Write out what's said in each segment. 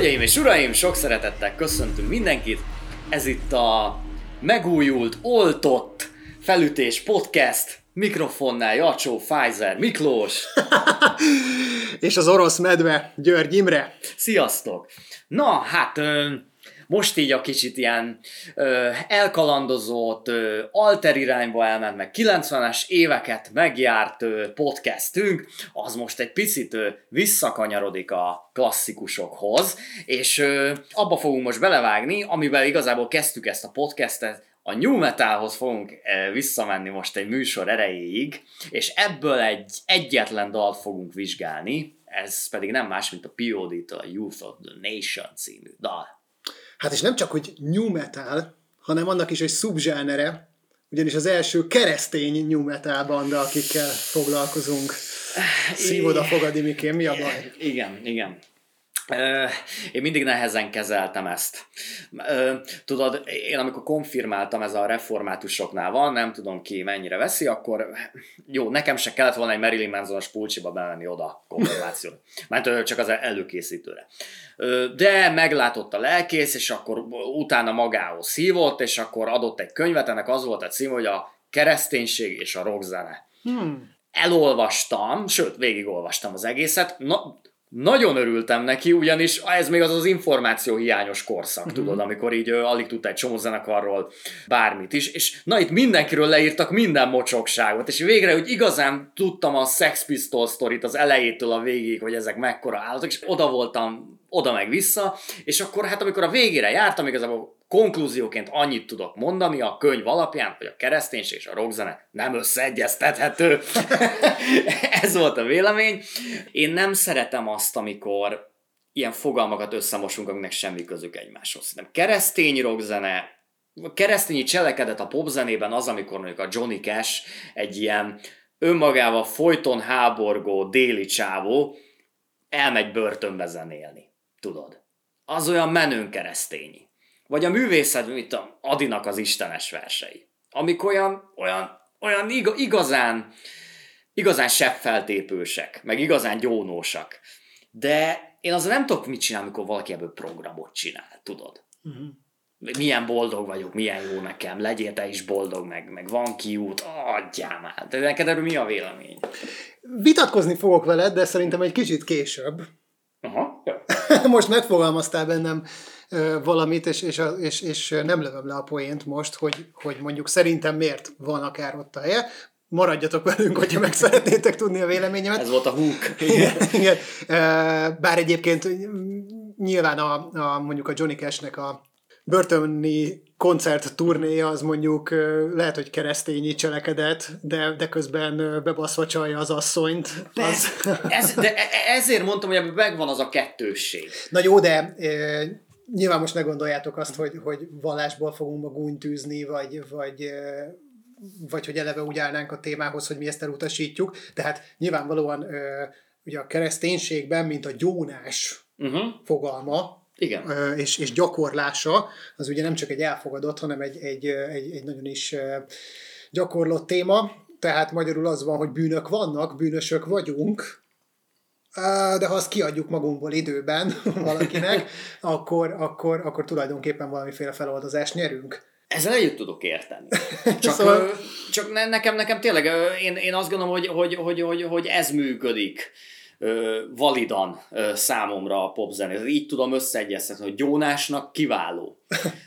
Hölgyeim és uraim, sok szeretettel köszöntünk mindenkit. Ez itt a megújult, oltott Felütés Podcast. Mikrofonnál Jacsó, Pfizer, Miklós. És az orosz medve, György Imre. Sziasztok! Na, hát most így a kicsit ilyen elkalandozott, alter irányba elment, meg 90-es éveket megjárt podcastünk, az most egy picit visszakanyarodik a klasszikusokhoz, és abba fogunk most belevágni, amivel igazából kezdtük ezt a podcastet, a new metalhoz fogunk visszamenni most egy műsor erejéig, és ebből egyetlen dalt fogunk vizsgálni, ez pedig nem más, mint a POD-től a Youth of the Nation című dal. Hát és nem csak, hogy new metal, hanem annak is egy szubzsánere, ugyanis az első keresztény new metal banda, akikkel foglalkozunk. Szívod a fogad, Imikém, mi a baj? Igen. Én mindig nehezen kezeltem ezt. Tudod, én amikor konfirmáltam, ez a reformátusoknál van, nem tudom ki mennyire veszi, akkor jó, nekem se kellett volna egy Marilyn Manson-os pulcsiba bemenni oda konfirmációra. Mert csak az előkészítőre. De meglátott a lelkész, és akkor utána magához hívott, és akkor adott egy könyvet, ennek az volt a cím, hogy a kereszténység és a rockzene. Elolvastam, sőt, végigolvastam az egészet, nagyon örültem neki, ugyanis ez még az információ hiányos korszak, tudod, amikor így alig tudta egy csomó zenekarról bármit is, és na itt mindenkiről leírtak minden mocsokságot, és végre, hogy igazán tudtam a Sex Pistols sztorit az elejétől a végig, hogy ezek mekkora állatok, és oda voltam, oda meg vissza, és akkor hát amikor a végére jártam, igazából konklúzióként annyit tudok mondani a könyv alapján, hogy a kereszténység és a rockzene nem összeegyeztethető. Ez volt a vélemény. Én nem szeretem azt, amikor ilyen fogalmakat összemosunk, aminek semmi közük egymáshoz. Nem keresztény rockzene, keresztényi cselekedet a popzenében az, amikor mondjuk a Johnny Cash egy ilyen önmagával folyton háborgó déli csávó elmegy börtönbe zenélni. Tudod? Az olyan menőn keresztényi. Vagy a művészet, mint a Adinak az istenes versei. Amik olyan igazán sebbfeltépősek, meg igazán gyónósak. De én azért nem tudok mit csinálni, amikor valaki ebből programot csinál, tudod? Milyen boldog vagyok, milyen jó nekem, legyél te is boldog, meg van kiút, adjál már. De neked erről mi a vélemény? Vitatkozni fogok veled, de szerintem egy kicsit később. Aha. Most megfogalmaztál bennem valamit, és nem lövöm le a poént most, hogy mondjuk szerintem miért van akár ott a helye. Maradjatok velünk, hogyha meg szeretnétek tudni a véleményemet. Ez volt a hook. Igen. Bár egyébként nyilván mondjuk a Johnny Cash-nek a börtöni koncert turnéja az mondjuk lehet, hogy keresztényi cselekedet, de közben bebaszva csalja az asszonyt. De ezért mondtam, hogy ebben megvan az a kettősség. Na jó, de nyilván most ne gondoljátok azt, hogy vallásból fogunk ma gúnytűzni, vagy hogy eleve úgy állnánk a témához, hogy mi ezt elutasítjuk. Tehát nyilvánvalóan ugye a kereszténységben, mint a gyónás fogalma, igen. És gyakorlása, az ugye nem csak egy elfogadott, hanem egy nagyon is gyakorlott téma. Tehát magyarul az van, hogy bűnök vannak, bűnösök vagyunk, de ha azt kiadjuk magunkból időben valakinek, akkor tulajdonképpen valamiféle feloldozást nyerünk. Ezzel együtt tudok érteni. Csak nekem tényleg, én azt gondolom, hogy ez működik validan számomra a popzenét. Így tudom összeegyeztetni, hogy gyónásnak kiváló.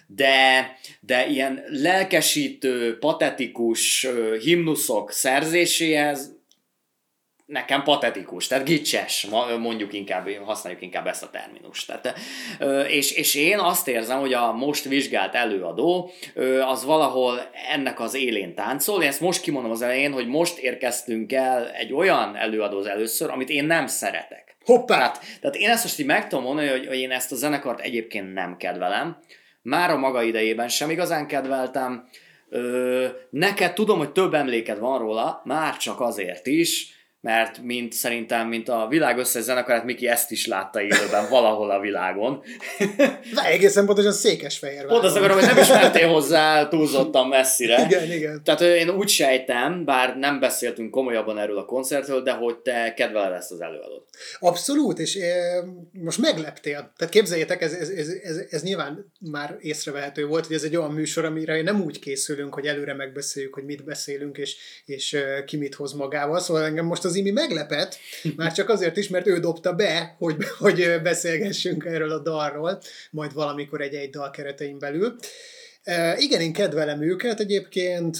De ilyen lelkesítő, patetikus himnuszok szerzéséhez nekem patetikus, tehát gicses, mondjuk inkább, használjuk inkább ezt a terminust. Tehát, és én azt érzem, hogy a most vizsgált előadó az valahol ennek az élén táncol. Én ezt most kimondom az elején, hogy most érkeztünk el egy olyan előadóhoz először, amit én nem szeretek. Hoppá! Tehát én ezt most így meg tudom mondani, hogy én ezt a zenekart egyébként nem kedvelem. Már a maga idejében sem igazán kedveltem. Neked tudom, hogy több emléked van róla, már csak azért is, mert szerintem, mint a világ összes zenekarát, Miki ezt is látta élőben valahol a világon. De egészen pontosan Székesfehérváron. Pont azt akarom, hogy nem is mentél hozzá túlzottan messzire. Igen. Tehát én úgy sejtem, bár nem beszéltünk komolyabban erről a koncertről, de hogy te kedveled ezt az előadót. Abszolút, és most megleptél. Tehát képzeljétek, ez nyilván már észrevehető volt, hogy ez egy olyan műsor, amire nem úgy készülünk, hogy előre megbeszéljük, hogy mit beszélünk, és ki mit hoz magával. Szóval engem most az Imi meglepett, már csak azért is, mert ő dobta be, hogy beszélgessünk erről a dalról, majd valamikor egy dal keretein belül. Igen, én kedvelem őket egyébként,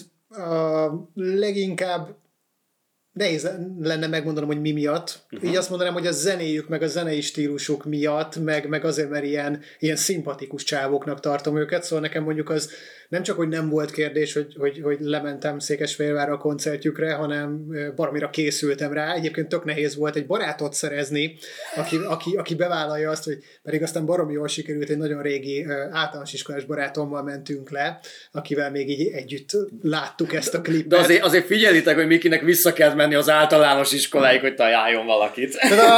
leginkább nehéz lenne megmondanom, hogy mi miatt. Így azt mondanám, hogy a zenéjük, meg a zenei stílusuk miatt, meg azért, mert ilyen szimpatikus csávóknak tartom őket, szóval nekem mondjuk az nem csak, hogy nem volt kérdés, hogy lementem Székesfehérvárra a koncertjükre, hanem baromira készültem rá. Egyébként tök nehéz volt egy barátot szerezni, aki bevállalja azt, hogy pedig aztán baromi jól sikerült, egy nagyon régi általános iskolás barátommal mentünk le, akivel még így együtt láttuk ezt a klipet. De azért figyelitek, hogy Mikinek vissza kell menni az általános iskoláig, hogy találjon valakit.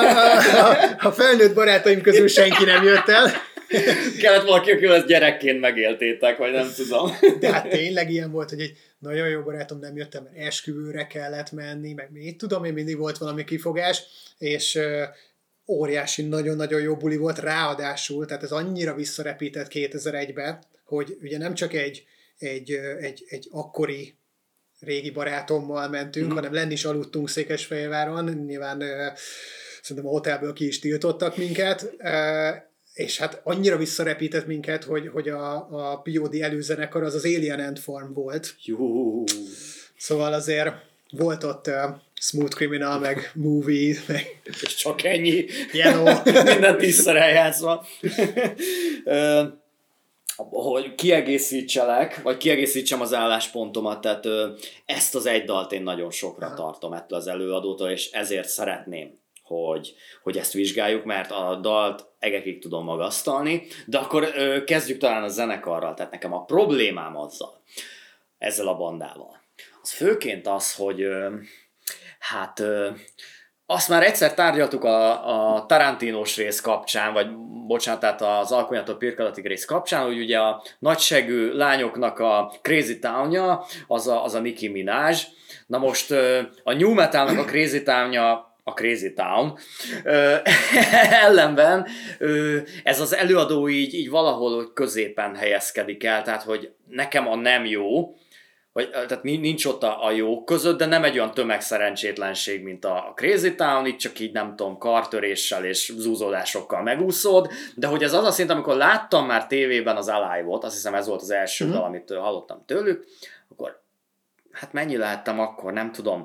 A felnőtt barátaim közül senki nem jött el. Kellett valaki, akivel ezt gyerekként megéltétek, vagy nem tudom. De hát tényleg ilyen volt, hogy egy nagyon jó barátom nem jöttem, mert esküvőre kellett menni, meg még tudom, én mindig volt valami kifogás, és óriási, nagyon-nagyon jó buli volt ráadásul, tehát ez annyira visszarepített 2001-be, hogy ugye nem csak egy akkori régi barátommal mentünk, hanem lenni is aludtunk Székesfehérváron, nyilván szerintem a hotelből ki is tiltottak minket, és hát annyira visszarepített minket, hogy a POD előzenekar az Alien Ant Farm volt. Jó. Szóval azért volt ott Smooth Criminal, meg Movie, meg... És csak ennyi. Yellow. Minden tízszer eljátszva. Hogy kiegészítselek, vagy kiegészítsem az álláspontomat, tehát ezt az egy dalt én nagyon sokra tartom ettől az előadótól, és ezért szeretném, hogy ezt vizsgáljuk, mert a dalt egekig tudom magasztalni, de akkor kezdjük talán a zenekarral, tehát nekem a problémám ezzel a bandával. Az főként az, hogy azt már egyszer tárgyaltuk a Tarantinos rész kapcsán, vagy bocsánat, tehát az Alkonyától Pirkadatig rész kapcsán, hogy ugye a nagysegű lányoknak a Crazy Town-ja, az a Nicki Minaj. Na most a New Metalnak a Crazy Town-ja a Crazy Town. Ellenben ez az előadó így valahol középen helyezkedik el, tehát hogy nekem a nem jó, tehát nincs ott a jó között, de nem egy olyan tömegszerencsétlenség, mint a Crazy Town, itt csak így nem tudom, kartöréssel és zúzódásokkal megúszod, de hogy ez az a szint, amikor láttam már tévében az Alive-ot, azt hiszem ez volt az első dal, amit hallottam tőlük, akkor hát mennyi lehettem akkor, nem tudom,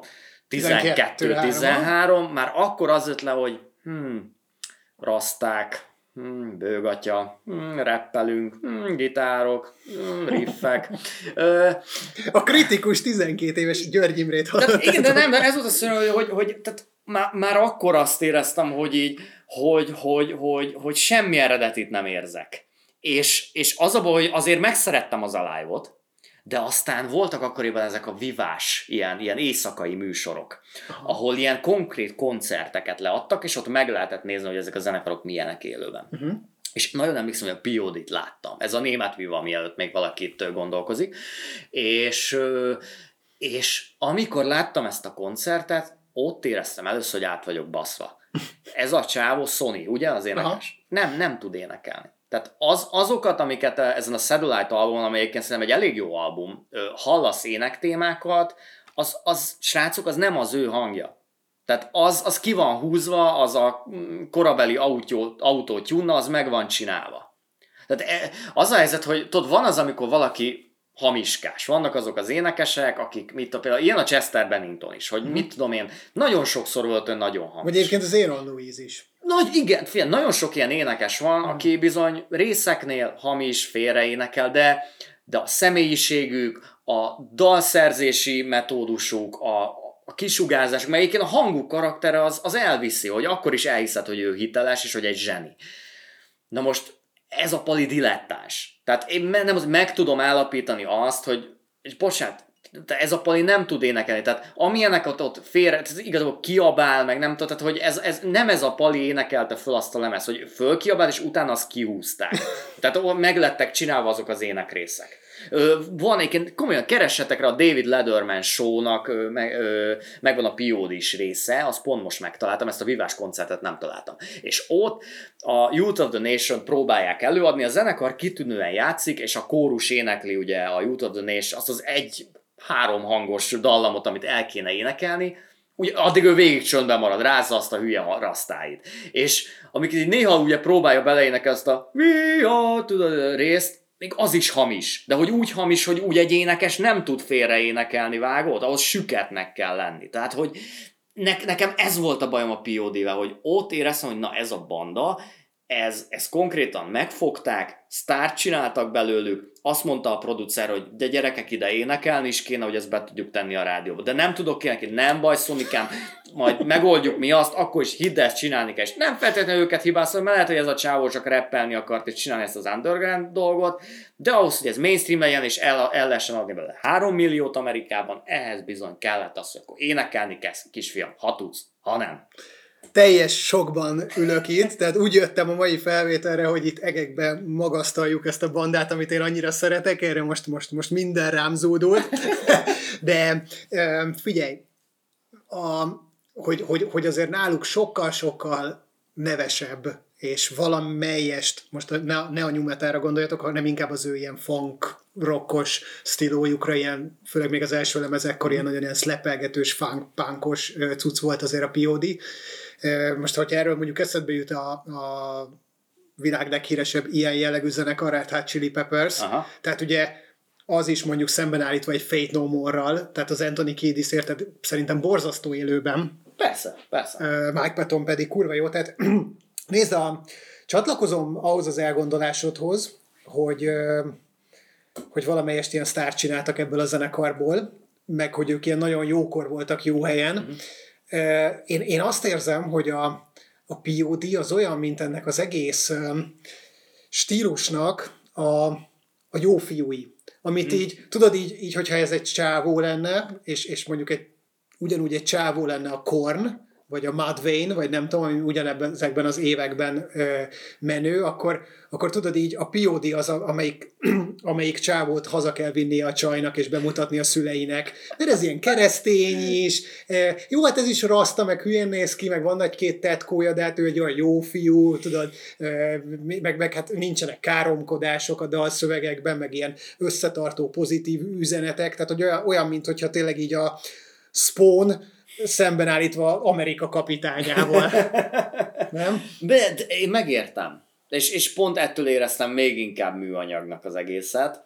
12-13, már akkor az jött le, hogy raszták, bőgatya, rappelünk, gitárok, riffek. A kritikus 12 éves György Imrét hallottam. Igen, de nem, de ez volt a szörnyű, hogy tehát már akkor azt éreztem, hogy így, hogy semmi eredetit nem érzek. És az a baj, hogy azért megszerettem az Alive-ot, de aztán voltak akkoriban ezek a vivás, ilyen éjszakai műsorok, ahol ilyen konkrét koncerteket leadtak, és ott meg lehetett nézni, hogy ezek a zenekarok milyenek élőben. És nagyon emlékszem, hogy a POD-t láttam. Ez a német viva, mielőtt még valakit gondolkozik. És amikor láttam ezt a koncertet, ott éreztem először, hogy át vagyok baszva. Ez a csávó Sony, ugye az énekes? Nem tud énekelni. Tehát azokat, amiket ezen a Satellite albumon, amelyeken szerintem egy elég jó album, hallasz énektémákat, az srácok, az nem az ő hangja. Tehát az ki van húzva, az a korabeli autótyúna, az meg van csinálva. Tehát az a helyzet, hogy tudod, van az, amikor valaki hamiskás. Vannak azok az énekesek, akik, például ilyen a Chester Bennington is, hogy mit tudom én, nagyon sokszor volt ön nagyon hamis. Vagy egyébként az Aaron Louise is. Igen, figyelj, nagyon sok ilyen énekes van, aki bizony részeknél hamis, félreénekel, de a személyiségük, a dalszerzési metódusuk, a kisugárzásuk, mert egyébként a hanguk karaktere az elviszi, hogy akkor is elhiszed, hogy ő hiteles, és hogy egy zseni. Na most ez a Pali dilettáns. Tehát én meg tudom állapítani azt, hogy, és bocsánat, ez a Pali nem tud énekelni, tehát amilyenek ott félre, igazából kiabál, meg nem tudom, tehát hogy ez nem ez a Pali énekelte föl azt a lemez, hogy fölkiabál, és utána azt kihúzták. Tehát meglettek csinálva azok az énekrészek. Van egyébként, komolyan keressetek rá, a David Letterman show-nak megvan a POD-s része, azt pont most megtaláltam, ezt a Vivás koncertet nem találtam. És ott a Youth of the Nation próbálják előadni, a zenekar kitűnően játszik, és a kórus énekli ugye a Youth of the Nation, azt az 1-3 hangos dallamot, amit el kéne énekelni, ugye addig ő végig csöndben marad, rázza azt a hülye rasztáit. És amikor így néha ugye próbálja beleénekelni azt a tudod, részt, még az is hamis. De hogy úgy hamis, hogy úgy egy énekes nem tud félre énekelni, vágod? Ahhoz süketnek kell lenni. Tehát, hogy nekem ez volt a bajom a POD-vel, hogy ott éreztem, hogy na ez a banda, ez konkrétan megfogták, sztárt csináltak belőlük, azt mondta a producer, hogy de gyerekek, ide énekelni is kéne, hogy ezt be tudjuk tenni a rádióba. De nem tudok énekelni, nem baj, Szomikám, majd megoldjuk mi azt, akkor is hidd, ezt csinálni kell. És nem feltétlenül őket hibázom, mert lehet, hogy ez a csávó csak rappelni akart, és csinálni ezt az underground dolgot, de ahhoz, hogy ez mainstream legyen, és el lehessen adni belőle 3 milliót Amerikában, ehhez bizony kellett az, hogy akkor énekelni kezd, kisfiam, ha tudsz, ha nem. Teljes sokban ülök itt, tehát úgy jöttem a mai felvételre, hogy itt egekben magasztaljuk ezt a bandát, amit én annyira szeretek, erre most minden rám zúdult. De figyelj, hogy azért náluk sokkal-sokkal nevesebb, és valamelyest, most ne a new metalra gondoljatok, hanem inkább az ő ilyen funk, rockos stílójukra, ilyen, főleg még az első lemezekkor ilyen nagyon ilyen szlepelgetős, funk, punkos cucc volt azért a POD. Most, hogyha erről mondjuk eszedbe jut a világ leghíresebb ilyen jellegű zenekar, Red Hot Chili Peppers, aha. Tehát ugye az is mondjuk szemben állítva egy Faith No More-ral, tehát az Anthony Kiedis érted szerintem borzasztó élőben. Persze. Mike Patton pedig kurva jó, tehát nézd, csatlakozom ahhoz az elgondolásodhoz, hogy valamelyest ilyen sztárt csináltak ebből a zenekarból, meg hogy ők ilyen nagyon jókor voltak jó helyen. Mm-hmm. Én azt érzem, hogy a POD az olyan, mint ennek az egész stílusnak a jó fiúi. Amit így, tudod így, hogyha ez egy csávó lenne, és mondjuk ugyanúgy egy csávó lenne a Korn, vagy a Mudvayne, vagy nem tudom, ami ugyanebben ezekben az években menő, akkor tudod így, a POD az, amelyik csávót haza kell vinnie a csajnak, és bemutatni a szüleinek. Mert ez ilyen keresztény is. Jó, hát ez is rasta, meg hülyén néz ki, meg van egy-két tetkója, de hát ő egy olyan jó fiú, tudod, meg hát nincsenek káromkodások a dalszövegekben, meg ilyen összetartó pozitív üzenetek, tehát hogy olyan, mint hogyha tényleg így a Spawn szemben állítva Amerika kapitányával. Nem? De én megértem. És pont ettől éreztem még inkább műanyagnak az egészet.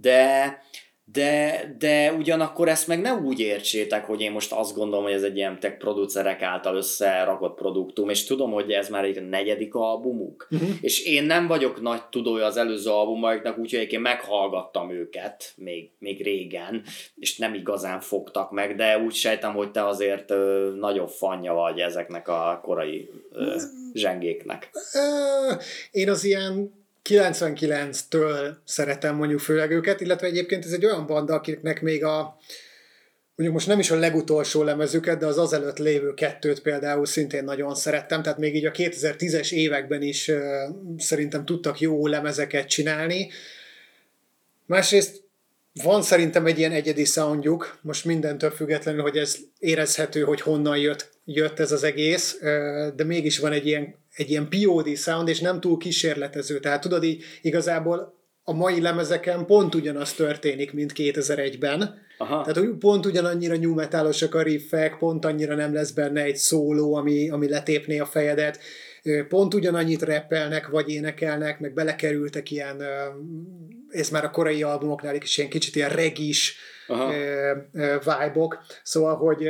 De ugyanakkor ezt meg ne úgy értsétek, hogy én most azt gondolom, hogy ez egy ilyen tech producerek által összerakott produktum, és tudom, hogy ez már egy 4. albumuk. Uh-huh. És én nem vagyok nagy tudója az előző albumaiknak, úgyhogy én meghallgattam őket még régen, és nem igazán fogtak meg, de úgy sejtem, hogy te azért nagyobb fanja vagy ezeknek a korai zsengéknek. Én az ilyen 99-től szeretem mondjuk főleg őket, illetve egyébként ez egy olyan banda, akiknek még mondjuk most nem is a legutolsó lemezüket, de az azelőtt lévő 2-t például szintén nagyon szerettem, tehát még így a 2010-es években is szerintem tudtak jó lemezeket csinálni. Másrészt van szerintem egy ilyen egyedi soundjuk, most mindentől függetlenül, hogy ez érezhető, hogy honnan jött ez az egész, de mégis van egy ilyen POD sound, és nem túl kísérletező. Tehát tudod, így igazából a mai lemezeken pont ugyanaz történik, mint 2001-ben. Aha. Tehát pont ugyanannyira new metalosak a riffek, pont annyira nem lesz benne egy szóló, ami letépné a fejedet. Pont ugyanannyit rappelnek, vagy énekelnek, meg belekerültek ilyen, ez már a korai albumoknál is ilyen kicsit ilyen regis vibe-ok. Szóval, hogy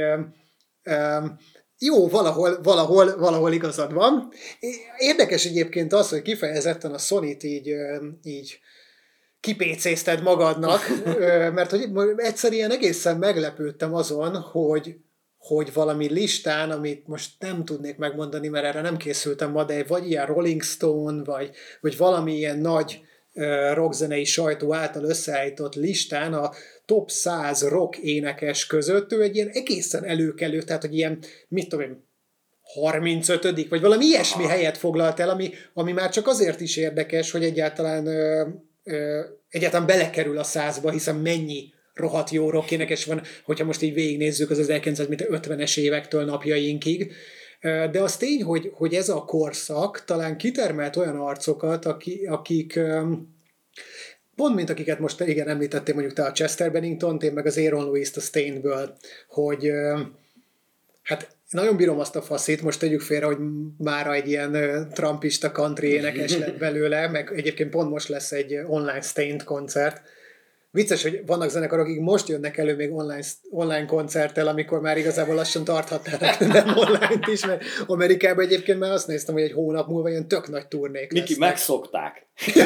jó, valahol igazad van. Érdekes egyébként az, hogy kifejezetten a Sony-t így kipécézted magadnak, mert hogy egyszerűen egészen meglepődtem azon, hogy valami listán, amit most nem tudnék megmondani, mert erre nem készültem ma, de vagy ilyen Rolling Stone, vagy valami ilyen nagy rockzenei sajtó által összeállított listán a top 100 rock énekes között ő egy ilyen egészen előkelő, tehát hogy ilyen, mit tudom én, 35. vagy valami ilyesmi helyet foglalt el, ami már csak azért is érdekes, hogy egyáltalán belekerül a 100-ba, hiszen mennyi rohadt jó rock énekes van, hogyha most így végignézzük az 1950-es évektől napjainkig. De az tény, hogy ez a korszak talán kitermelt olyan arcokat, akik pont mint akiket most igen említettél, mondjuk te a Chester Bennington-t, én meg az Aaron Lewis-t a Stained-ből, hogy hát nagyon bírom azt a faszit, most tegyük félre, hogy mára egy ilyen trumpista country énekes lett belőle, meg egyébként pont most lesz egy online Stained koncert. Vicces, hogy vannak zenekarok, akik most jönnek elő még online koncerttel, amikor már igazából lassan tarthatnának nem online-t is, mert Amerikában egyébként már azt néztem, hogy egy hónap múlva ilyen tök nagy turnék lesznek. Miki, megszokták.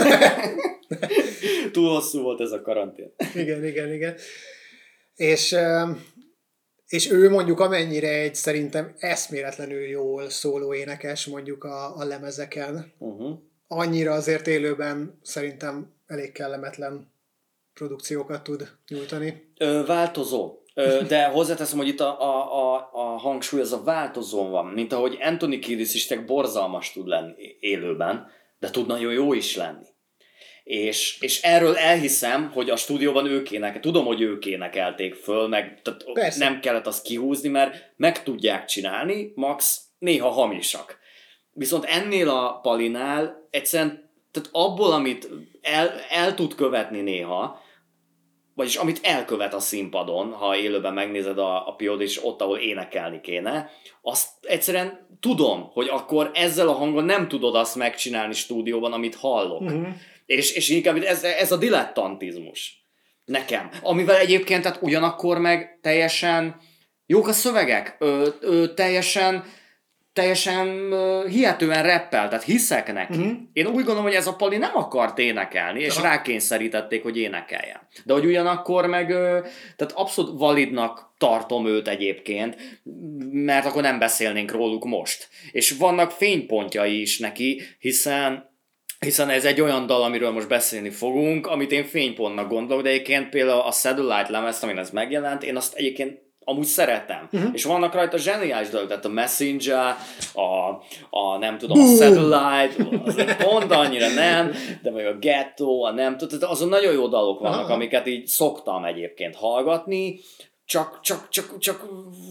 Túl hosszú volt ez a karantén. Igen. És ő mondjuk amennyire egy szerintem eszméletlenül jól szóló énekes mondjuk a lemezeken, annyira azért élőben szerintem elég kellemetlen produkciókat tud nyújtani. Változó. De hozzáteszem, hogy itt a hangsúly az a változón van. Mint ahogy Anthony Kiedis is borzalmas tud lenni élőben, de tud nagyon jó is lenni. És erről elhiszem, hogy a stúdióban ők énekelték. Tudom, hogy ők énekelték föl, meg nem kellett azt kihúzni, mert meg tudják csinálni, max néha hamisak. Viszont ennél a Palinál egyszerűen, tehát abból, amit el tud követni néha, vagyis amit elkövet a színpadon, ha élőben megnézed a Piod, és ott, ahol énekelni kéne, azt egyszerűen tudom, hogy akkor ezzel a hangon nem tudod azt megcsinálni stúdióban, amit hallok. És inkább ez a dilettantizmus nekem. Amivel egyébként tehát ugyanakkor meg teljesen jók a szövegek, teljesen hihetően rappel, tehát hiszek neki. Én úgy gondolom, hogy ez a Pali nem akart énekelni, és rákényszerítették, hogy énekeljen. De hogy ugyanakkor meg, tehát abszolút validnak tartom őt egyébként, mert akkor nem beszélnénk róluk most. És vannak fénypontjai is neki, hiszen ez egy olyan dal, amiről most beszélni fogunk, amit én fénypontnak gondolok, de egyébként például a Satellite lemezt, amin ez megjelent, én azt egyébként amúgy szeretem. És vannak rajta zseniális dolgok, tehát a Messenger, a nem tudom, a Satellite, az pont annyira nem, de vagy a Ghetto, a nem tudom, azon nagyon jó dalok vannak, amiket így szoktam egyébként hallgatni, csak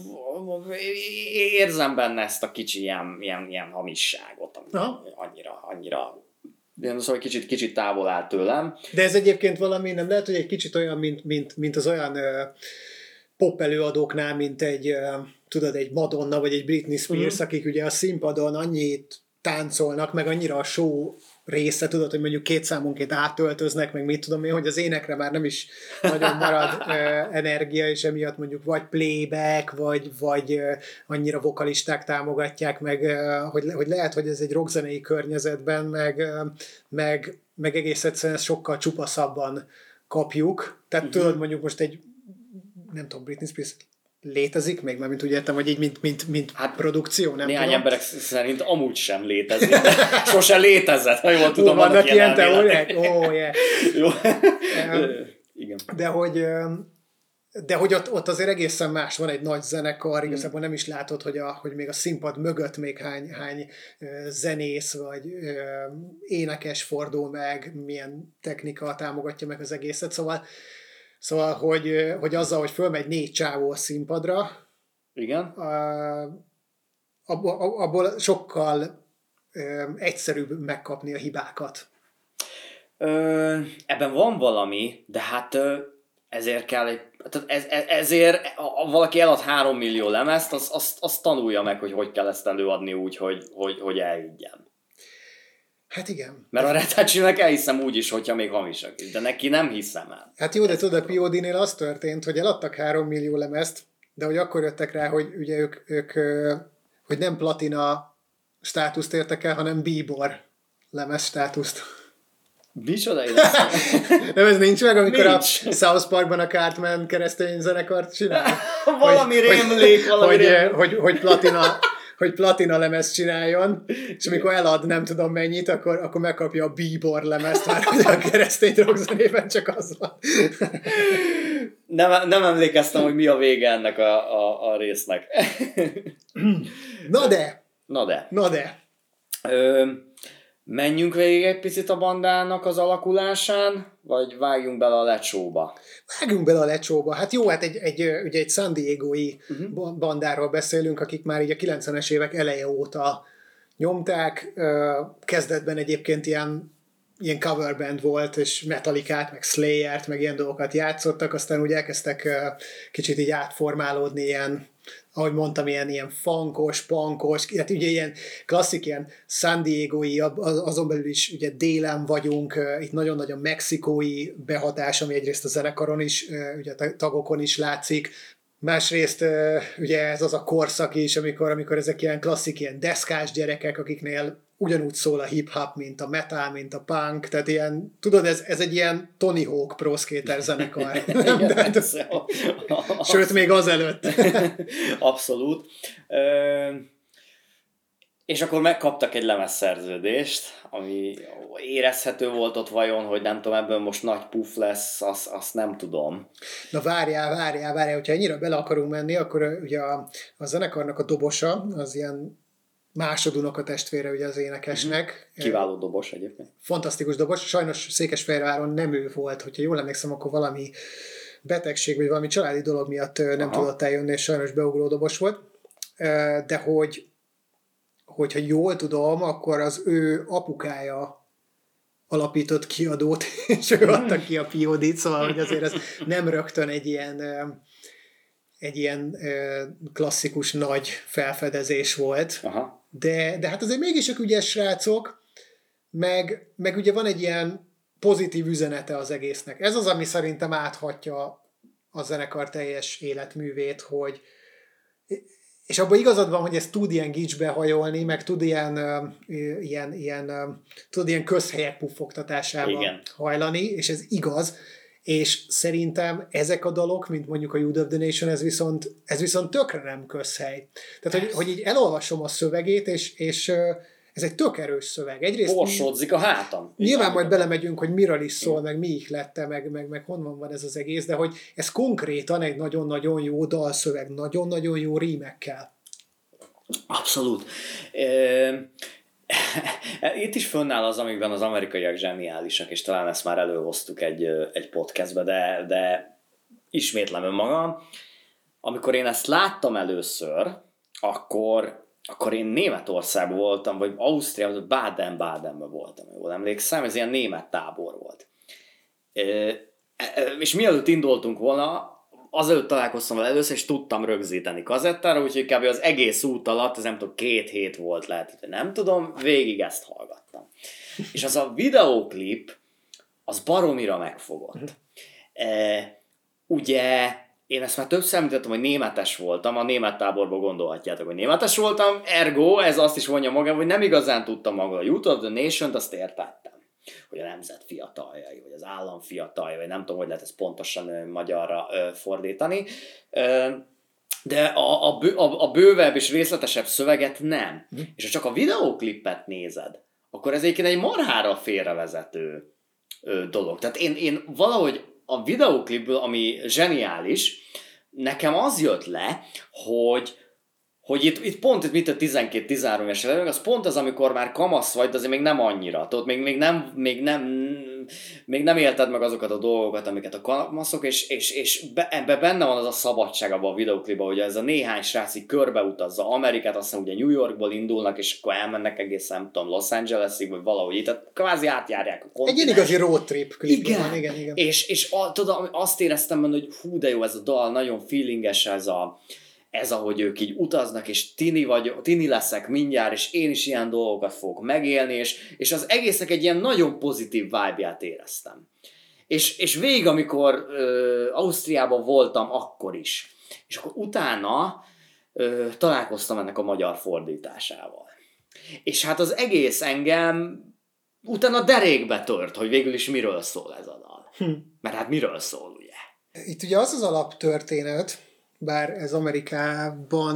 érzem benne ezt a kicsi ilyen hamisságot, ami annyira szóval kicsit távol áll tőlem. De ez egyébként valami, nem lehet, hogy egy kicsit olyan, mint az olyan pop előadóknál, mint egy Madonna vagy egy Britney Spears, akik ugye a színpadon annyit táncolnak, meg annyira a show része, tudod, hogy mondjuk 2 számonként átöltöznek, meg mit tudom én, hogy az énekre már nem is nagyon marad energia, és emiatt mondjuk vagy playback, vagy annyira vokalisták támogatják, meg hogy lehet, hogy ez egy rockzenei környezetben, meg egész egyszerűen ezt sokkal csupaszabban kapjuk. Tehát tudod, mondjuk most egy nem tudom, Britney Spears létezik még, mert úgy értem, hogy így mint produkció, nem néhány tudom. emberek szerint amúgy sem létezik, de sose létezett, ha jól tudom. Vannak ilyen teóriák? Jó. Igen. De hogy ott azért egészen más, van egy nagy zenekar, igazából nem is látod, hogy még a színpad mögött még hány zenész vagy énekes fordul meg, milyen technika támogatja meg az egészet, Szóval, hogy azzal, hogy fölmegy 4 csávó a színpadra, igen. Abból sokkal egyszerűbb megkapni a hibákat. Ebben van valami, de hát ezért kell ezért valaki elad 3 millió lemezt, azt tanulja meg, hogy kell ezt előadni úgy, hogy elhiggyen. Hát igen. Mert a Red Hot Chili-nek elhiszem úgy is, hogyha még hamisak is, de neki nem hiszem el. Hát jó, de tudod, a POD-nél az történt, hogy eladtak 3 millió lemezt, de hogy akkor jöttek rá, hogy ugye ők hogy nem platina státuszt értek el, hanem Bíbor lemez státuszt. Micsoda én nem, ez nincs meg, amikor nincs. A South Parkban a Cartman keresztény zenekart csinál? Valami rémlék, hogy platina hogy platina lemez csináljon, és amikor elad nem tudom mennyit, akkor megkapja a Bíbor lemezt, már hogy a keresztény rockzenében csak az van. Nem emlékeztem, hogy mi a vége ennek a résznek. Na de. Menjünk végig egy picit a bandának az alakulásán, vagy vágjunk bele a lecsóba? Vágjunk bele a lecsóba. Hát jó, hát ugye egy San Diego-i bandáról beszélünk, akik már így a 90-es évek eleje óta nyomták. Kezdetben egyébként ilyen cover band volt, és Metallicát, meg Slayert, meg ilyen dolgokat játszottak, aztán úgy elkezdtek kicsit így átformálódni ilyen, ahogy mondtam, ilyen funkos, punkos, hát ugye ilyen klasszik, ilyen San Diego-i, azon belül is ugye délen vagyunk, itt nagyon-nagyon mexikói behatás, ami egyrészt a zenekaron is, ugye a tagokon is látszik, másrészt ugye ez az a korszak is, amikor ezek ilyen klasszik, ilyen deszkás gyerekek, akiknél ugyanúgy szól a hip-hop, mint a metal, mint a punk, tehát ilyen, tudod, ez egy ilyen Tony Hawk pro skater zenekar. Sőt, még azelőtt. Abszolút. És akkor megkaptak egy lemezszerződést, ami érezhető volt ott vajon, hogy nem tudom, ebből most nagy puff lesz, azt nem tudom. Na várjál, hogyha ennyire bele akarunk menni, akkor ugye a zenekarnak a dobosa, az ilyen másodunoka testvére ugye az énekesnek. Kiváló dobos egyébként. Fantasztikus dobos. Sajnos Székesfehérváron nem ő volt, hogyha jól emlékszem, akkor valami betegség, vagy valami családi dolog miatt nem tudott eljönni, és sajnos beugró dobos volt. De hogyha jól tudom, akkor az ő apukája alapított kiadót, és ő adta ki a POD-t, szóval hogy azért ez nem rögtön egy ilyen klasszikus nagy felfedezés volt. Aha. De hát azért mégis ők ügyes srácok, meg ugye van egy ilyen pozitív üzenete az egésznek. Ez az, ami szerintem áthatja a zenekar teljes életművét, hogy és abban igazad van, hogy ez tud ilyen gicsbe hajolni, meg tud ilyen közhelyek puffogtatásába hajlani, és ez igaz, és szerintem ezek a dalok, mint mondjuk a Youth of the Nation, ez viszont tökre nem közhely. Tehát, hogy így elolvasom a szövegét, és ez egy tök erős szöveg. Egyrészt borsódzik a hátam. Nyilván majd belemegyünk, hogy miről is szól, meg mi ihlette, meg honnan van ez az egész, de hogy ez konkrétan egy nagyon-nagyon jó dalszöveg, nagyon-nagyon jó rímekkel. Abszolút. Itt is fönnáll az, amikben az amerikaiak zseniálisak, és talán ezt már előhoztuk egy podcastbe, de ismétlem önmagam. Amikor én ezt láttam először, akkor én Németországban voltam, vagy Ausztriában, Baden-Badenben voltam, jól emlékszem, ez ilyen német tábor volt. És mielőtt indultunk volna, azelőtt találkoztam vele először, és tudtam rögzíteni kazettára, úgyhogy kb. Az egész út alatt, ez nem tudom, 2 hét volt, lehet, hogy nem tudom, végig ezt hallgattam. És az a videóklip, az baromira megfogott. Ugye én ezt már többször említettem, hogy németes voltam, a német táborban gondolhatjátok, hogy németes voltam, ergo ez azt is vonja magam, hogy nem igazán tudtam magam a Youth of the Nation-t, azt értettem. Hogy a nemzet fiataljai, vagy az állam fiataljai, vagy nem tudom, hogy lehet ezt pontosan magyarra fordítani. De a bővebb és részletesebb szöveget nem. És ha csak a videóklipet nézed, akkor ez egyébként egy marhára félrevezető dolog. Tehát én valahogy a videóklipből, ami zseniális, nekem az jött le, hogy itt pont mit a 12-13 éves levők, az pont az, amikor már kamasz vagy, de azért még nem annyira. Tudod, még nem élted meg azokat a dolgokat, amiket a kamaszok, és ebben benne van az a szabadság abban a videóklipben, hogy ez a néhány srác így körbeutazza Amerikát, aztán ugye New Yorkból indulnak, és akkor elmennek egészen, nem tudom, Los Angelesig, vagy valahogy itt, tehát kvázi átjárják a kontinens. Egy igazi road trip klipben. Igen. És tudod, azt éreztem benne, hogy hú, de jó ez a dal, nagyon feelinges ez, ahogy ők így utaznak, és tini leszek mindjárt, és én is ilyen dolgokat fogok megélni, és az egésznek egy ilyen nagyon pozitív vibe-ját éreztem. És végig, amikor Ausztriában voltam, akkor is. És akkor utána találkoztam ennek a magyar fordításával. És hát az egész engem utána derékbe tört, hogy végül is miről szól ez a dal. Mert hát miről szól, ugye? Itt ugye az alaptörténet, bár ez Amerikában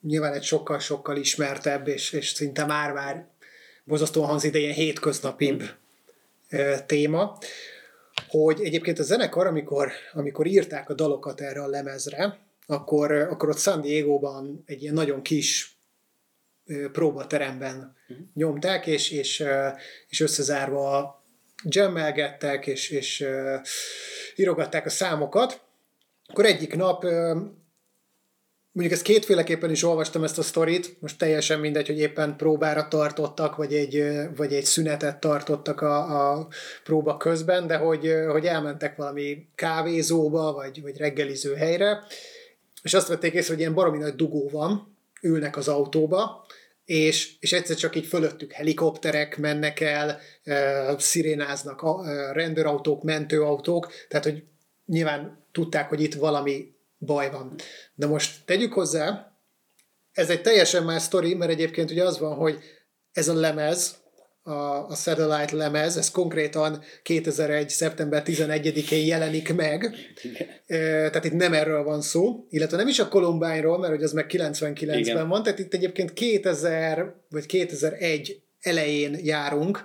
nyilván egy sokkal-sokkal ismertebb, és szinte már borzasztóan hangzik, de ilyen hétköznapibb téma, hogy egyébként a zenekar, amikor írták a dalokat erre a lemezre, akkor ott San Diego-ban egy ilyen nagyon kis próbateremben nyomták, és összezárva jammelgettek, és írogatták a számokat. Akkor egyik nap, mondjuk ezt kétféleképpen is olvastam ezt a sztorit, most teljesen mindegy, hogy éppen próbára tartottak, vagy egy szünetet tartottak a próba közben, de hogy elmentek valami kávézóba, vagy reggeliző helyre, és azt vették észre, hogy ilyen baromi nagy dugó van, ülnek az autóba, és egyszer csak így fölöttük helikopterek mennek el, szirénáznak rendőrautók, mentőautók, tehát hogy nyilván tudták, hogy itt valami baj van. De most tegyük hozzá, ez egy teljesen más sztori, mert egyébként ugye az van, hogy ez a lemez, a Satellite lemez, ez konkrétan 2001. szeptember 11-én jelenik meg. Tehát itt nem erről van szó, illetve nem is a Columbine-ról, mert hogy az meg 99-ben igen. van, tehát itt egyébként 2000 vagy 2001 elején járunk,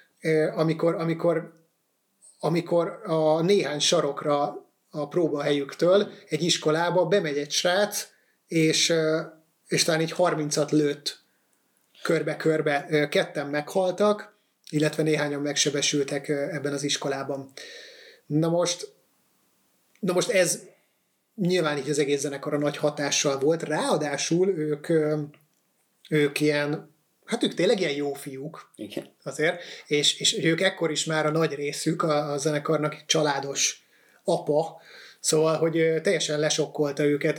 amikor a néhány sarokra a próbahelyüktől egy iskolába bemegy egy srác, és talán így 30-at lőtt körbe-körbe, ketten meghaltak, illetve néhányan megsebesültek ebben az iskolában. Na most ez nyilván így az egész zenekar a nagy hatással volt, ráadásul ők ilyen, hát ők tényleg ilyen jó fiúk. Igen. Azért, és ők ekkor is már a nagy részük a zenekarnak családos apa, szóval, hogy teljesen lesokkolta őket,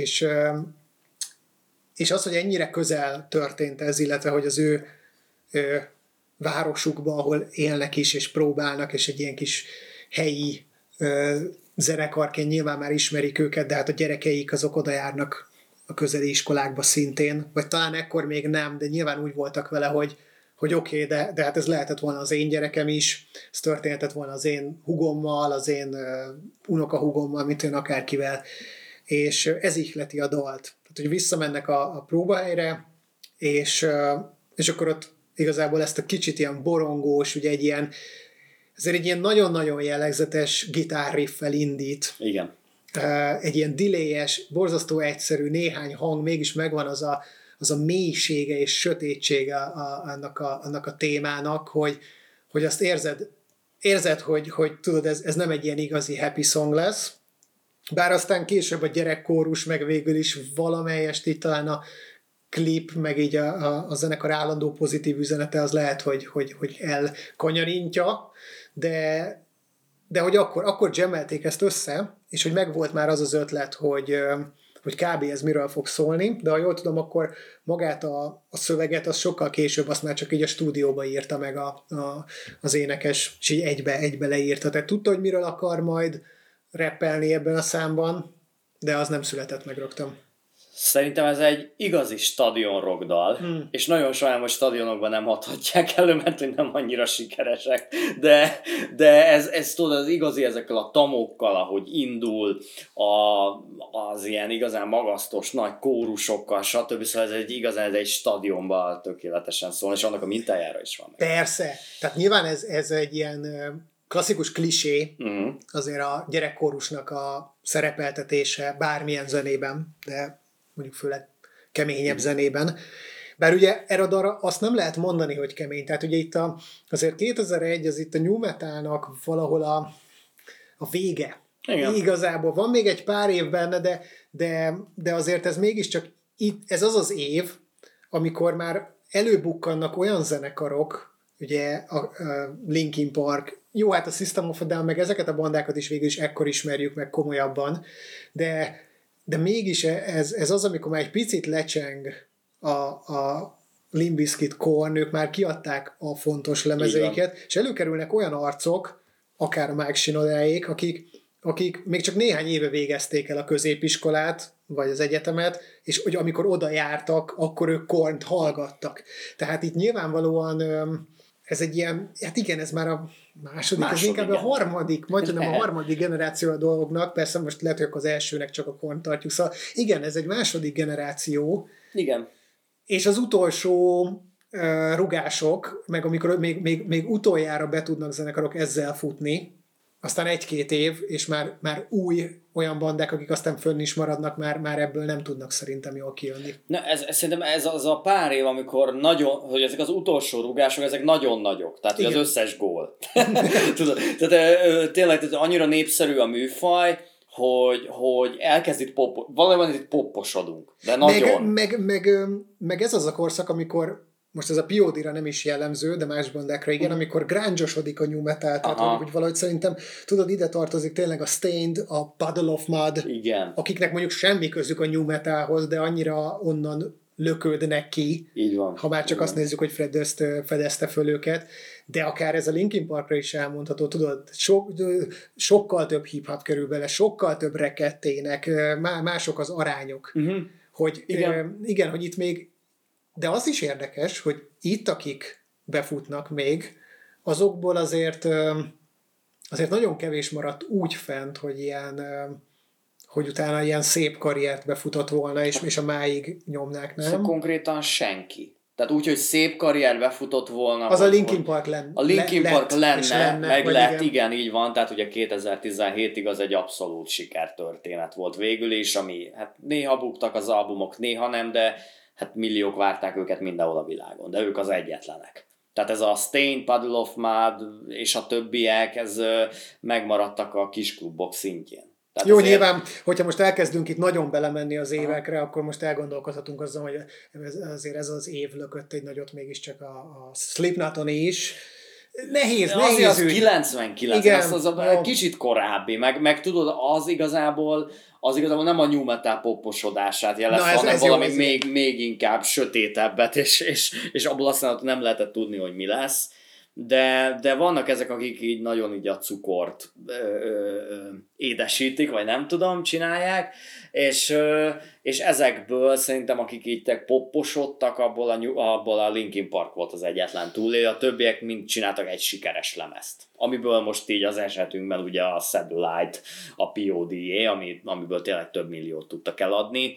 és az, hogy ennyire közel történt ez, illetve, hogy az ő városukban, ahol élnek is, és próbálnak, és egy ilyen kis helyi zenekarként nyilván már ismerik őket, de hát a gyerekeik azok oda járnak a közeli iskolákba szintén, vagy talán ekkor még nem, de nyilván úgy voltak vele, hogy oké, de hát ez lehetett volna az én gyerekem is, ez történhetett volna az én hugommal, az én unokahugommal, mint ön akárkivel, és ez ihleti a dalt. Tehát, hogy visszamennek a próbahelyre, és akkor ott igazából ezt a kicsit ilyen borongós, ugye ezért egy ilyen nagyon-nagyon jellegzetes gitárriffel indít. Igen. Egy ilyen delayes, borzasztó egyszerű, néhány hang, mégis megvan az a mélysége és sötétsége annak a témának, hogy azt érzed, hogy tudod, ez nem egy ilyen igazi happy song lesz, bár aztán később a gyerekkórus, meg végül is valamelyest így talán a klip, meg így a zenekar állandó pozitív üzenete az lehet, hogy elkanyarintja, de hogy akkor jammelték ezt össze, és hogy megvolt már az ötlet, hogy kb. Ez miről fog szólni, de ha jól tudom, akkor magát a szöveget, az sokkal később, azt már csak így a stúdióba írta meg az énekes, és így egybe leírta. Tehát tudta, hogy miről akar majd rappelni ebben a számban, de az nem született meg rögtön. Szerintem ez egy igazi stadion rockdal, és nagyon sajnálom, hogy stadionokban nem adhatják elő, mert hogy nem annyira sikeresek, de ez tudod, az igazi ezekkel a tamokkal, ahogy indul, az ilyen igazán magasztos nagy kórusokkal, stb. Szóval ez egy stadionban tökéletesen szól, és annak a mintájára is van. Persze, tehát nyilván ez egy ilyen klasszikus klisé, azért a gyerekkórusnak a szerepeltetése bármilyen zenében, de mondjuk főleg keményebb zenében. Bár ugye erre a dalra azt nem lehet mondani, hogy kemény. Tehát ugye itt azért 2001 az itt a new metalnak valahol a vége. Igen. Igazából van még egy pár év benne, de azért ez mégiscsak ez az év, amikor már előbukkannak olyan zenekarok, ugye a Linkin Park, jó, hát a System of a Down, meg ezeket a bandákat is végül is ekkor ismerjük meg komolyabban, de mégis ez az, amikor már egy picit lecseng a Limp Bizkit, Korn, ők már kiadták a fontos lemezeiket, és előkerülnek olyan arcok, akár a Mike Shinodaék, akik még csak néhány éve végezték el a középiskolát, vagy az egyetemet, és hogy amikor oda jártak, akkor ők Kornt hallgattak. Tehát itt nyilvánvalóan ez egy ilyen, hát igen, ez már a második, ez inkább igen. A harmadik, majdnem a harmadik generáció a dolgoknak, persze most lehet, hogy az elsőnek csak a Kornt tartjuk, szóval igen, ez egy második generáció, Igen. És az utolsó rugások, meg amikor még utoljára be tudnak zenekarok ezzel futni, aztán 1-2 év, és már új olyan bandák, akik aztán fönn is maradnak, már ebből nem tudnak szerintem jól kijönni. Na, szerintem ez az a pár év, amikor nagyon, hogy ezek az utolsó rugások, ezek nagyon nagyok. Tehát az összes gól. Tudod, tehát tényleg annyira népszerű a műfaj, hogy elkezd itt valójában itt popposodunk. De nagyon. Meg ez az a korszak, amikor most ez a POD-ra nem is jellemző, de más bandákra igen, amikor grunge-osodik a new metal, tehát hogy valahogy szerintem, tudod, ide tartozik tényleg a Stained, a Puddle of Mudd, igen. Akiknek mondjuk semmi közük a new metalhoz, de annyira onnan löködnek ki, így van, ha már csak azt nézzük, hogy Fred Durst fedezte föl őket, de akár ez a Linkin Parkra is elmondható, tudod, sokkal több hip-hop kerül bele, sokkal több rekettének, mások az arányok, hogy igen, hogy itt még. De az is érdekes, hogy itt, akik befutnak még, azokból azért nagyon kevés maradt úgy fent, hogy utána ilyen szép karriert befutott volna, és a máig nyomnák, nem? Szóval konkrétan senki. Tehát úgy, hogy szép karrier befutott volna. Az a Linkin Park lenne. A Linkin Park lenne, meg lett, igen, így van. Tehát ugye 2017-ig az egy abszolút sikertörténet volt végül is, ami hát néha buktak az albumok, néha nem, de hát milliók várták őket mindenhol a világon, de ők az egyetlenek. Tehát ez a Stained, Puddle of Mudd és a többiek, ez megmaradtak a kisklubok szintjén. Tehát jó, nyilván, hogyha most elkezdünk itt nagyon belemenni az évekre, akkor most elgondolkozhatunk azzal, hogy azért ez az év lökött egy nagyot mégiscsak a Slipknoton is. Nehéz az 99, igen, az a kicsit korábbi, meg tudod, az igazából nem a new metal popposodását jelezte, hanem valami még inkább sötétebbet, és abból aztán nem lehetett tudni, hogy mi lesz. De vannak ezek, akik így nagyon így a cukort édesítik, vagy nem tudom, csinálják, és ezekből szerintem, akik így popposodtak, abból a Linkin Park volt az egyetlen túlélő, a többiek mind csináltak egy sikeres lemezt. Amiből most így az esetünkben ugye a Satellite, a POD-é, amiből tényleg több milliót tudtak eladni.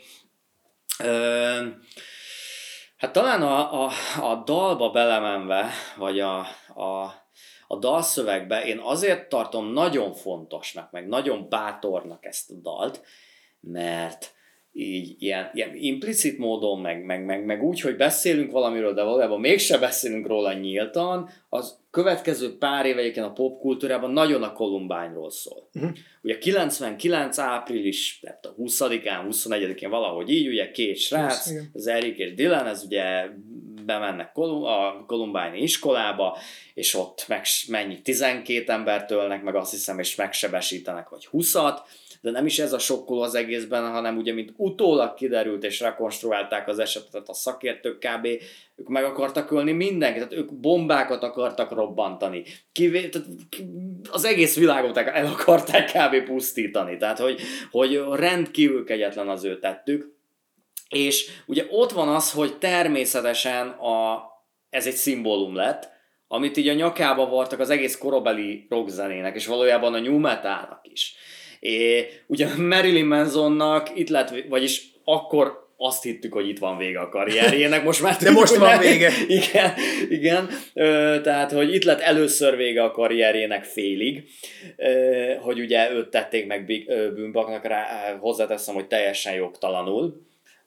Hát talán a dalba belemenve, vagy a dalszövegbe én azért tartom nagyon fontosnak, meg nagyon bátornak ezt a dalt, mert így ilyen implicit módon, meg úgy, hogy beszélünk valamiről, de valójában mégse beszélünk róla nyíltan, az következő pár éve egyébként a popkultúrában nagyon a Columbine-ról szól. Ugye 99. április 20-án, 21-én valahogy így, ugye két srác, az Eric és Dylan, ez ugye bemennek a Columbine iskolába, és ott 12 embert ölnek meg, azt hiszem, és megsebesítenek, vagy 20-at, de nem is ez a sokkoló az egészben, hanem ugye, mint utólag kiderült, és rekonstruálták az esetet a szakértők kb. Ők meg akartak ölni mindenkit, tehát ők bombákat akartak robbantani. Tehát az egész világot el akarták kb. Pusztítani, tehát hogy rendkívül kegyetlen az ő tettük. És ugye ott van az, hogy természetesen ez egy szimbólum lett, amit így a nyakába vartak az egész korabeli rockzenének, és valójában a new metalnak is. Ugye Marilyn Mansonnak itt lett, vagyis akkor azt hittük, hogy itt van vége a karrierjének, most már de most van vége. Igen. Tehát, hogy itt lett először vége a karrierjének félig, hogy ugye őt tették meg bűnbaknak, hozzáteszem, hogy teljesen jogtalanul.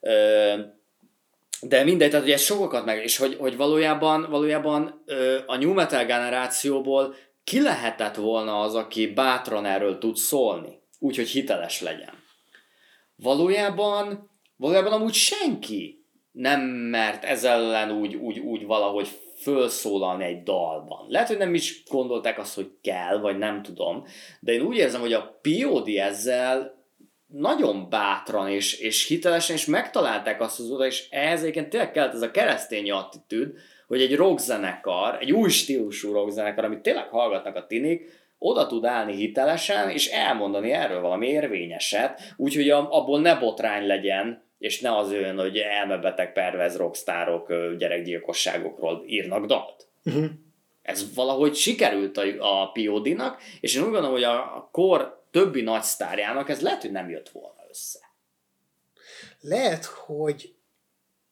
De mindegy, tehát ugye sokakat meg, és hogy valójában a new metal generációból ki lehetett volna az, aki bátran erről tud szólni, úgyhogy hiteles legyen. Valójában amúgy senki nem mert ezzel ellen úgy valahogy fölszólalni egy dalban. Lehet, hogy nem is gondolták azt, hogy kell, vagy nem tudom, de én úgy érzem, hogy a POD ezzel nagyon bátran és hitelesen, és megtalálták azt az oda, és ehhez egyébként tényleg kellett ez a keresztény attitűd, hogy egy rockzenekar, egy új stílusú rockzenekar, amit tényleg hallgatnak a tinik, oda tud állni hitelesen, és elmondani erről valami érvényeset, úgyhogy abból ne botrány legyen, és ne az olyan, hogy elmebeteg pervez rockstárok gyerekgyilkosságokról írnak dalt. Ez valahogy sikerült a POD-nak, és én úgy gondolom, hogy a kor többi nagy sztárjának ez lehet, hogy nem jött volna össze. Lehet, hogy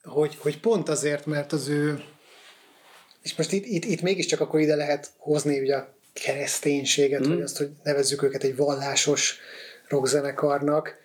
hogy pont azért, mert az ő, és most itt mégiscsak akkor ide lehet hozni ugye a kereszténységet, vagy azt, hogy nevezzük őket egy vallásos rockzenekarnak,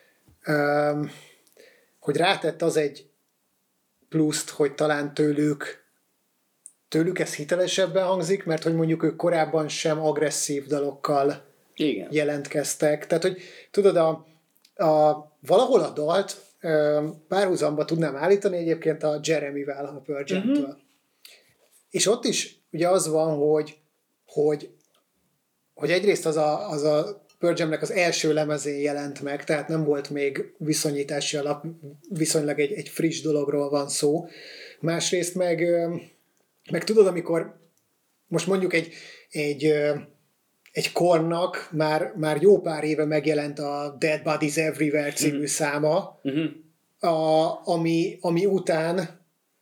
hogy rátett az egy pluszt, hogy talán tőlük ez hitelesebben hangzik, mert hogy mondjuk ők korábban sem agresszív dalokkal jelentkeztek. Tehát, hogy tudod, valahol a dalt párhuzamba tudnám állítani egyébként a Jeremyvel, a Pearl Jam-től. És ott is ugye az van, hogy egyrészt az a Pearl Jam-nek az első lemezén jelent meg, tehát nem volt még viszonyítási alap, viszonylag egy friss dologról van szó. Másrészt meg tudod, amikor most mondjuk egy Kornnak már jó pár éve megjelent a Dead Bodies Everywhere című száma, ami után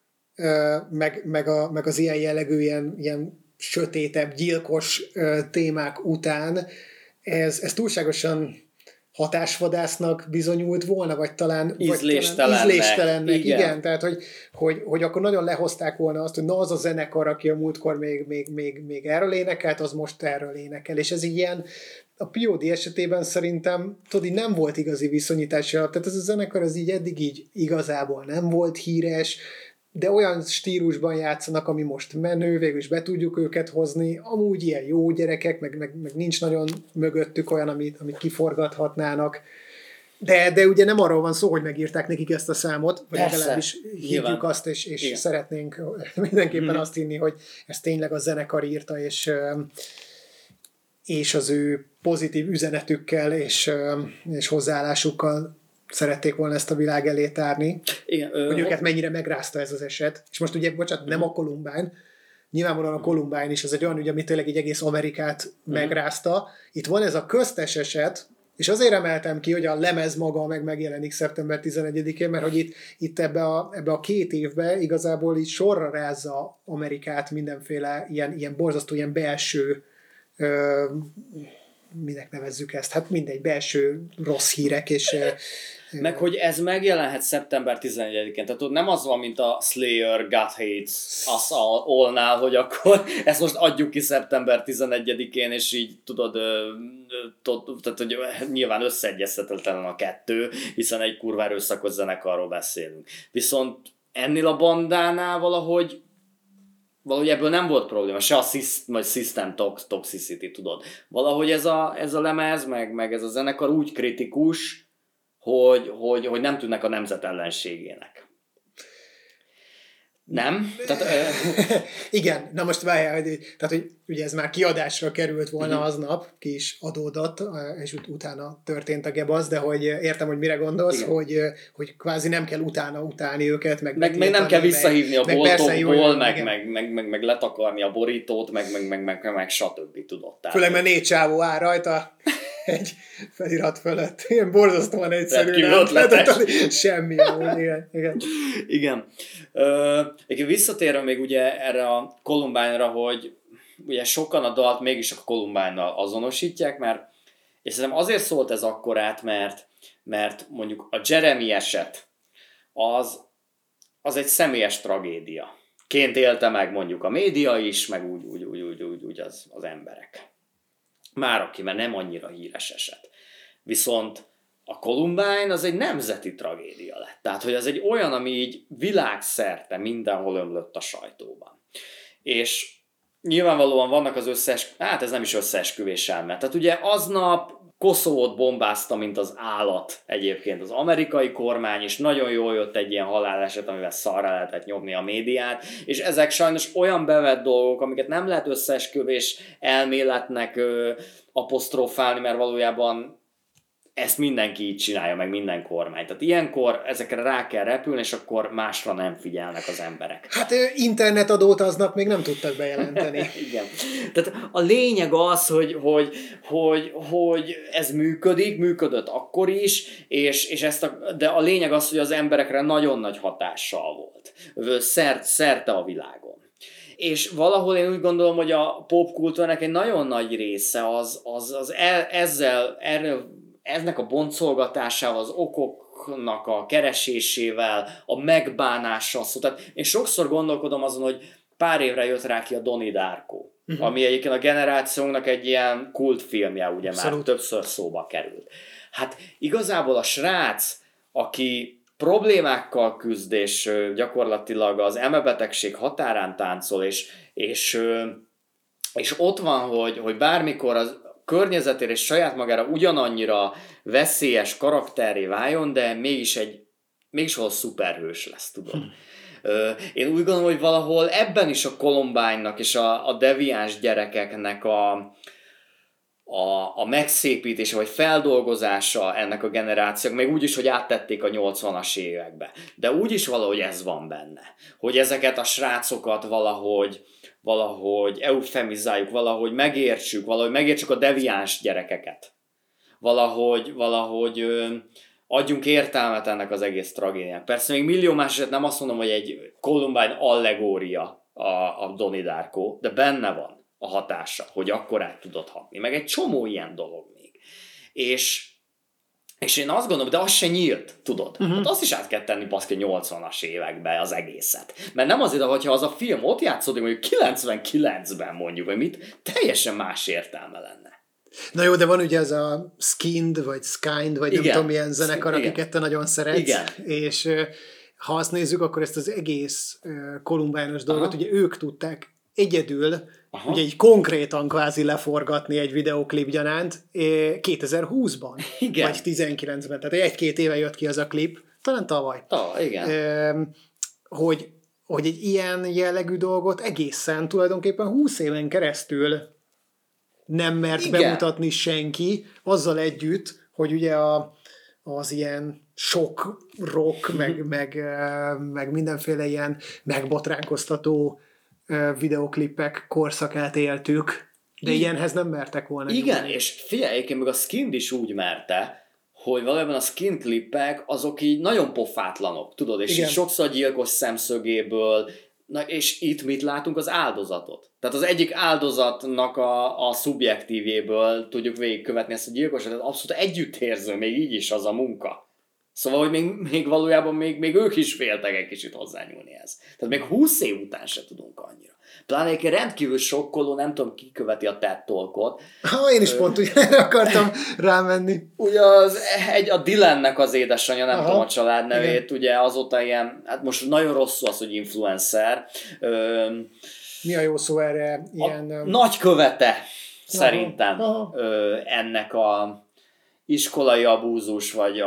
meg az ilyen jellegű, ilyen sötétebb, gyilkos témák után ez túlságosan hatásvadásznak bizonyult volna, vagy talán ízléstelennek. Igen, tehát hogy akkor nagyon lehozták volna azt, hogy na az a zenekar, aki a múltkor még erről énekelt, az most erről énekel. És ez ilyen, a POD esetében szerintem, tudod, így nem volt igazi viszonyítási alap. Tehát ez a zenekar az így eddig így igazából nem volt híres, de olyan stílusban játszanak, ami most menő, végül is be tudjuk őket hozni, amúgy ilyen jó gyerekek, meg nincs nagyon mögöttük olyan, amit kiforgathatnának. De ugye nem arról van szó, hogy megírták nekik ezt a számot, vagy legalábbis hívjuk azt, és szeretnénk mindenképpen azt hinni, hogy ezt tényleg a zenekar írta, és az ő pozitív üzenetükkel és hozzáállásukkal szerették volna ezt a világ elé tárni, hogy őket mennyire megrázta ez az eset. És most ugye, bocsánat, nem a Columbine, nyilvánvalóan a Columbine is, ez egy olyan ügy, ami tényleg egy egész Amerikát megrázta. Itt van ez a köztes eset, és azért emeltem ki, hogy a lemez maga megjelenik szeptember 11-én, mert hogy itt ebbe a 2 évben igazából így sorra rázza Amerikát mindenféle ilyen borzasztó, ilyen belső minek nevezzük ezt? Hát mindegy, belső rossz hírek, és meg hogy ez megjelenhet szeptember 11-én, tehát nem az van, mint a Slayer, God Hates Us All-nál, hogy akkor ezt most adjuk ki szeptember 11-én, és így tudod, tehát hogy nyilván összeegyeztetetlen a kettő, hiszen egy kurva erőszakos zenekarról beszélünk. Viszont ennél a bandánál valahogy ebből nem volt probléma, se a System Toxicity, tudod. Valahogy ez a lemez, meg ez a zenekar úgy kritikus, hogy nem tűnnek a nemzet ellenségének. Nem? Tehát, igen, na most várjál, tehát hogy ugye ez már kiadásra került volna aznap, ki is adódott, és utána történt a gebasz, de hogy értem, hogy mire gondolsz, hogy kvázi nem kell utána utálni őket, meg nem kell visszahívni a boltokból, meg letakarni a borítót, meg stb. Tudod. Főleg, mert 4 csávó áll rajta egy felirat fölött. Ilyen borzasztóan egyszerű. Semmi amúgy, igen. Visszatérve még ugye erre a Columbine-ra, hogy ugye sokan a dalt mégis a Columbine-nal azonosítják, és szerintem azért szólt ez akkorát, mert mondjuk a Jeremy eset az egy személyes tragédia. Ként élte meg mondjuk a média is, meg úgy az emberek. Már aki, mert nem annyira híres eset. Viszont a Columbine az egy nemzeti tragédia lett. Tehát, hogy az egy olyan, ami így világszerte mindenhol ömlött a sajtóban. És nyilvánvalóan vannak hát ez nem is összeesküvés elmélet. Tehát ugye aznap Koszovót bombázta, mint az állat egyébként az amerikai kormány, és nagyon jól jött egy ilyen haláleset, amivel szarra lehetett nyomni a médiát, és ezek sajnos olyan bevett dolgok, amiket nem lehet összeesküvés elméletnek apostrofálni, mert valójában ezt mindenki így csinálja, meg minden kormány. Tehát ilyenkor ezekre rá kell repülni, és akkor másra nem figyelnek az emberek. Hát internetadót aznap még nem tudtak bejelenteni. Igen. Tehát a lényeg az, hogy ez működött akkor is, és de a lényeg az, hogy az emberekre nagyon nagy hatással volt. Szerte a világon. És valahol én úgy gondolom, hogy a popkultúrának egy nagyon nagy része az ezzel, ennek a boncolgatásával, az okok srácoknak a keresésével, a megbánással szó. Tehát én sokszor gondolkodom azon, hogy pár évre jött rá ki a Donnie Darko, ami egyébként a generációnknak egy ilyen kultfilmje, ugye már többször szóba került. Hát igazából a srác, aki problémákkal küzd, és gyakorlatilag az elmebetegség határán táncol, és ott van, hogy bármikor az környezetére és saját magára ugyanannyira veszélyes karakterré váljon, de mégis valahol szuperhős lesz, tudod. Én úgy gondolom, hogy valahol ebben is a Columbine-nak és a deviáns gyerekeknek a megszépítése, vagy feldolgozása ennek a generációk, még úgy is, hogy áttették a 80-as évekbe. De úgy is valahogy ez van benne. Hogy ezeket a srácokat valahogy eufemizáljuk, valahogy megértsük a deviáns gyerekeket. Valahogy adjunk értelmet ennek az egész tragédiának. Persze még millió más eset nem azt mondom, hogy egy Columbine allegória a Donnie Darko, de benne van a hatása, hogy akkor át tudod hatni. Meg egy csomó ilyen dolog még. És én azt gondolom, de az se nyílt, tudod. Hát azt is át kell tenni baszki 80-as évekbe az egészet. Mert nem azért, hogyha az a film ott játszódik, mondjuk 99-ben mondjuk, vagy mit, teljesen más értelme lenne. Na jó, de van ugye ez a Skinned, vagy Skinned, vagy igen, nem tudom milyen zenekar, akiket te nagyon szeretsz. Igen. És ha azt nézzük, akkor ezt az egész Columbine-os dolgot, ugye ők tudták egyedül, ugye így konkrétan kvázi leforgatni egy videoklip gyanánt 2020-ban, igen, vagy 19-ben, tehát 1-2 éve jött ki az a klip, talán tavaly. Igen. Hogy egy ilyen jellegű dolgot egészen tulajdonképpen 20 éven keresztül nem mert igen bemutatni senki, azzal együtt, hogy ugye az ilyen sok rock, meg mindenféle ilyen megbotránkoztató videoklipek korszakát éltük, de ilyenhez nem mertek volna. Igen, nyújtani. És figyelj, egyébként meg a Skinned is úgy merte, hogy valójában a Skinned klippek azok így nagyon pofátlanok, tudod, és így sokszor gyilkos szemszögéből, na és itt mit látunk? Az áldozatot. Tehát az egyik áldozatnak a szubjektívjéből tudjuk végigkövetni ezt a gyilkosságot, abszolút együttérző, még így is az a munka. Szóval, hogy még valójában még ők is féltek egy kicsit hozzányúlni ez. Tehát még 20 év után se tudunk annyira. Pláne egy rendkívül sokkoló, nem tudom, ki követi a TED Talkot. Én is pont ugyanerre akartam rámenni. Ugye a Dylannek az édesanyja, nem tudom a családnevét, igen, ugye azóta ilyen, hát most nagyon rosszul az, hogy influencer. Mi a jó szó erre? Ilyen, nagykövete szerintem ennek a iskolai abúzus, vagy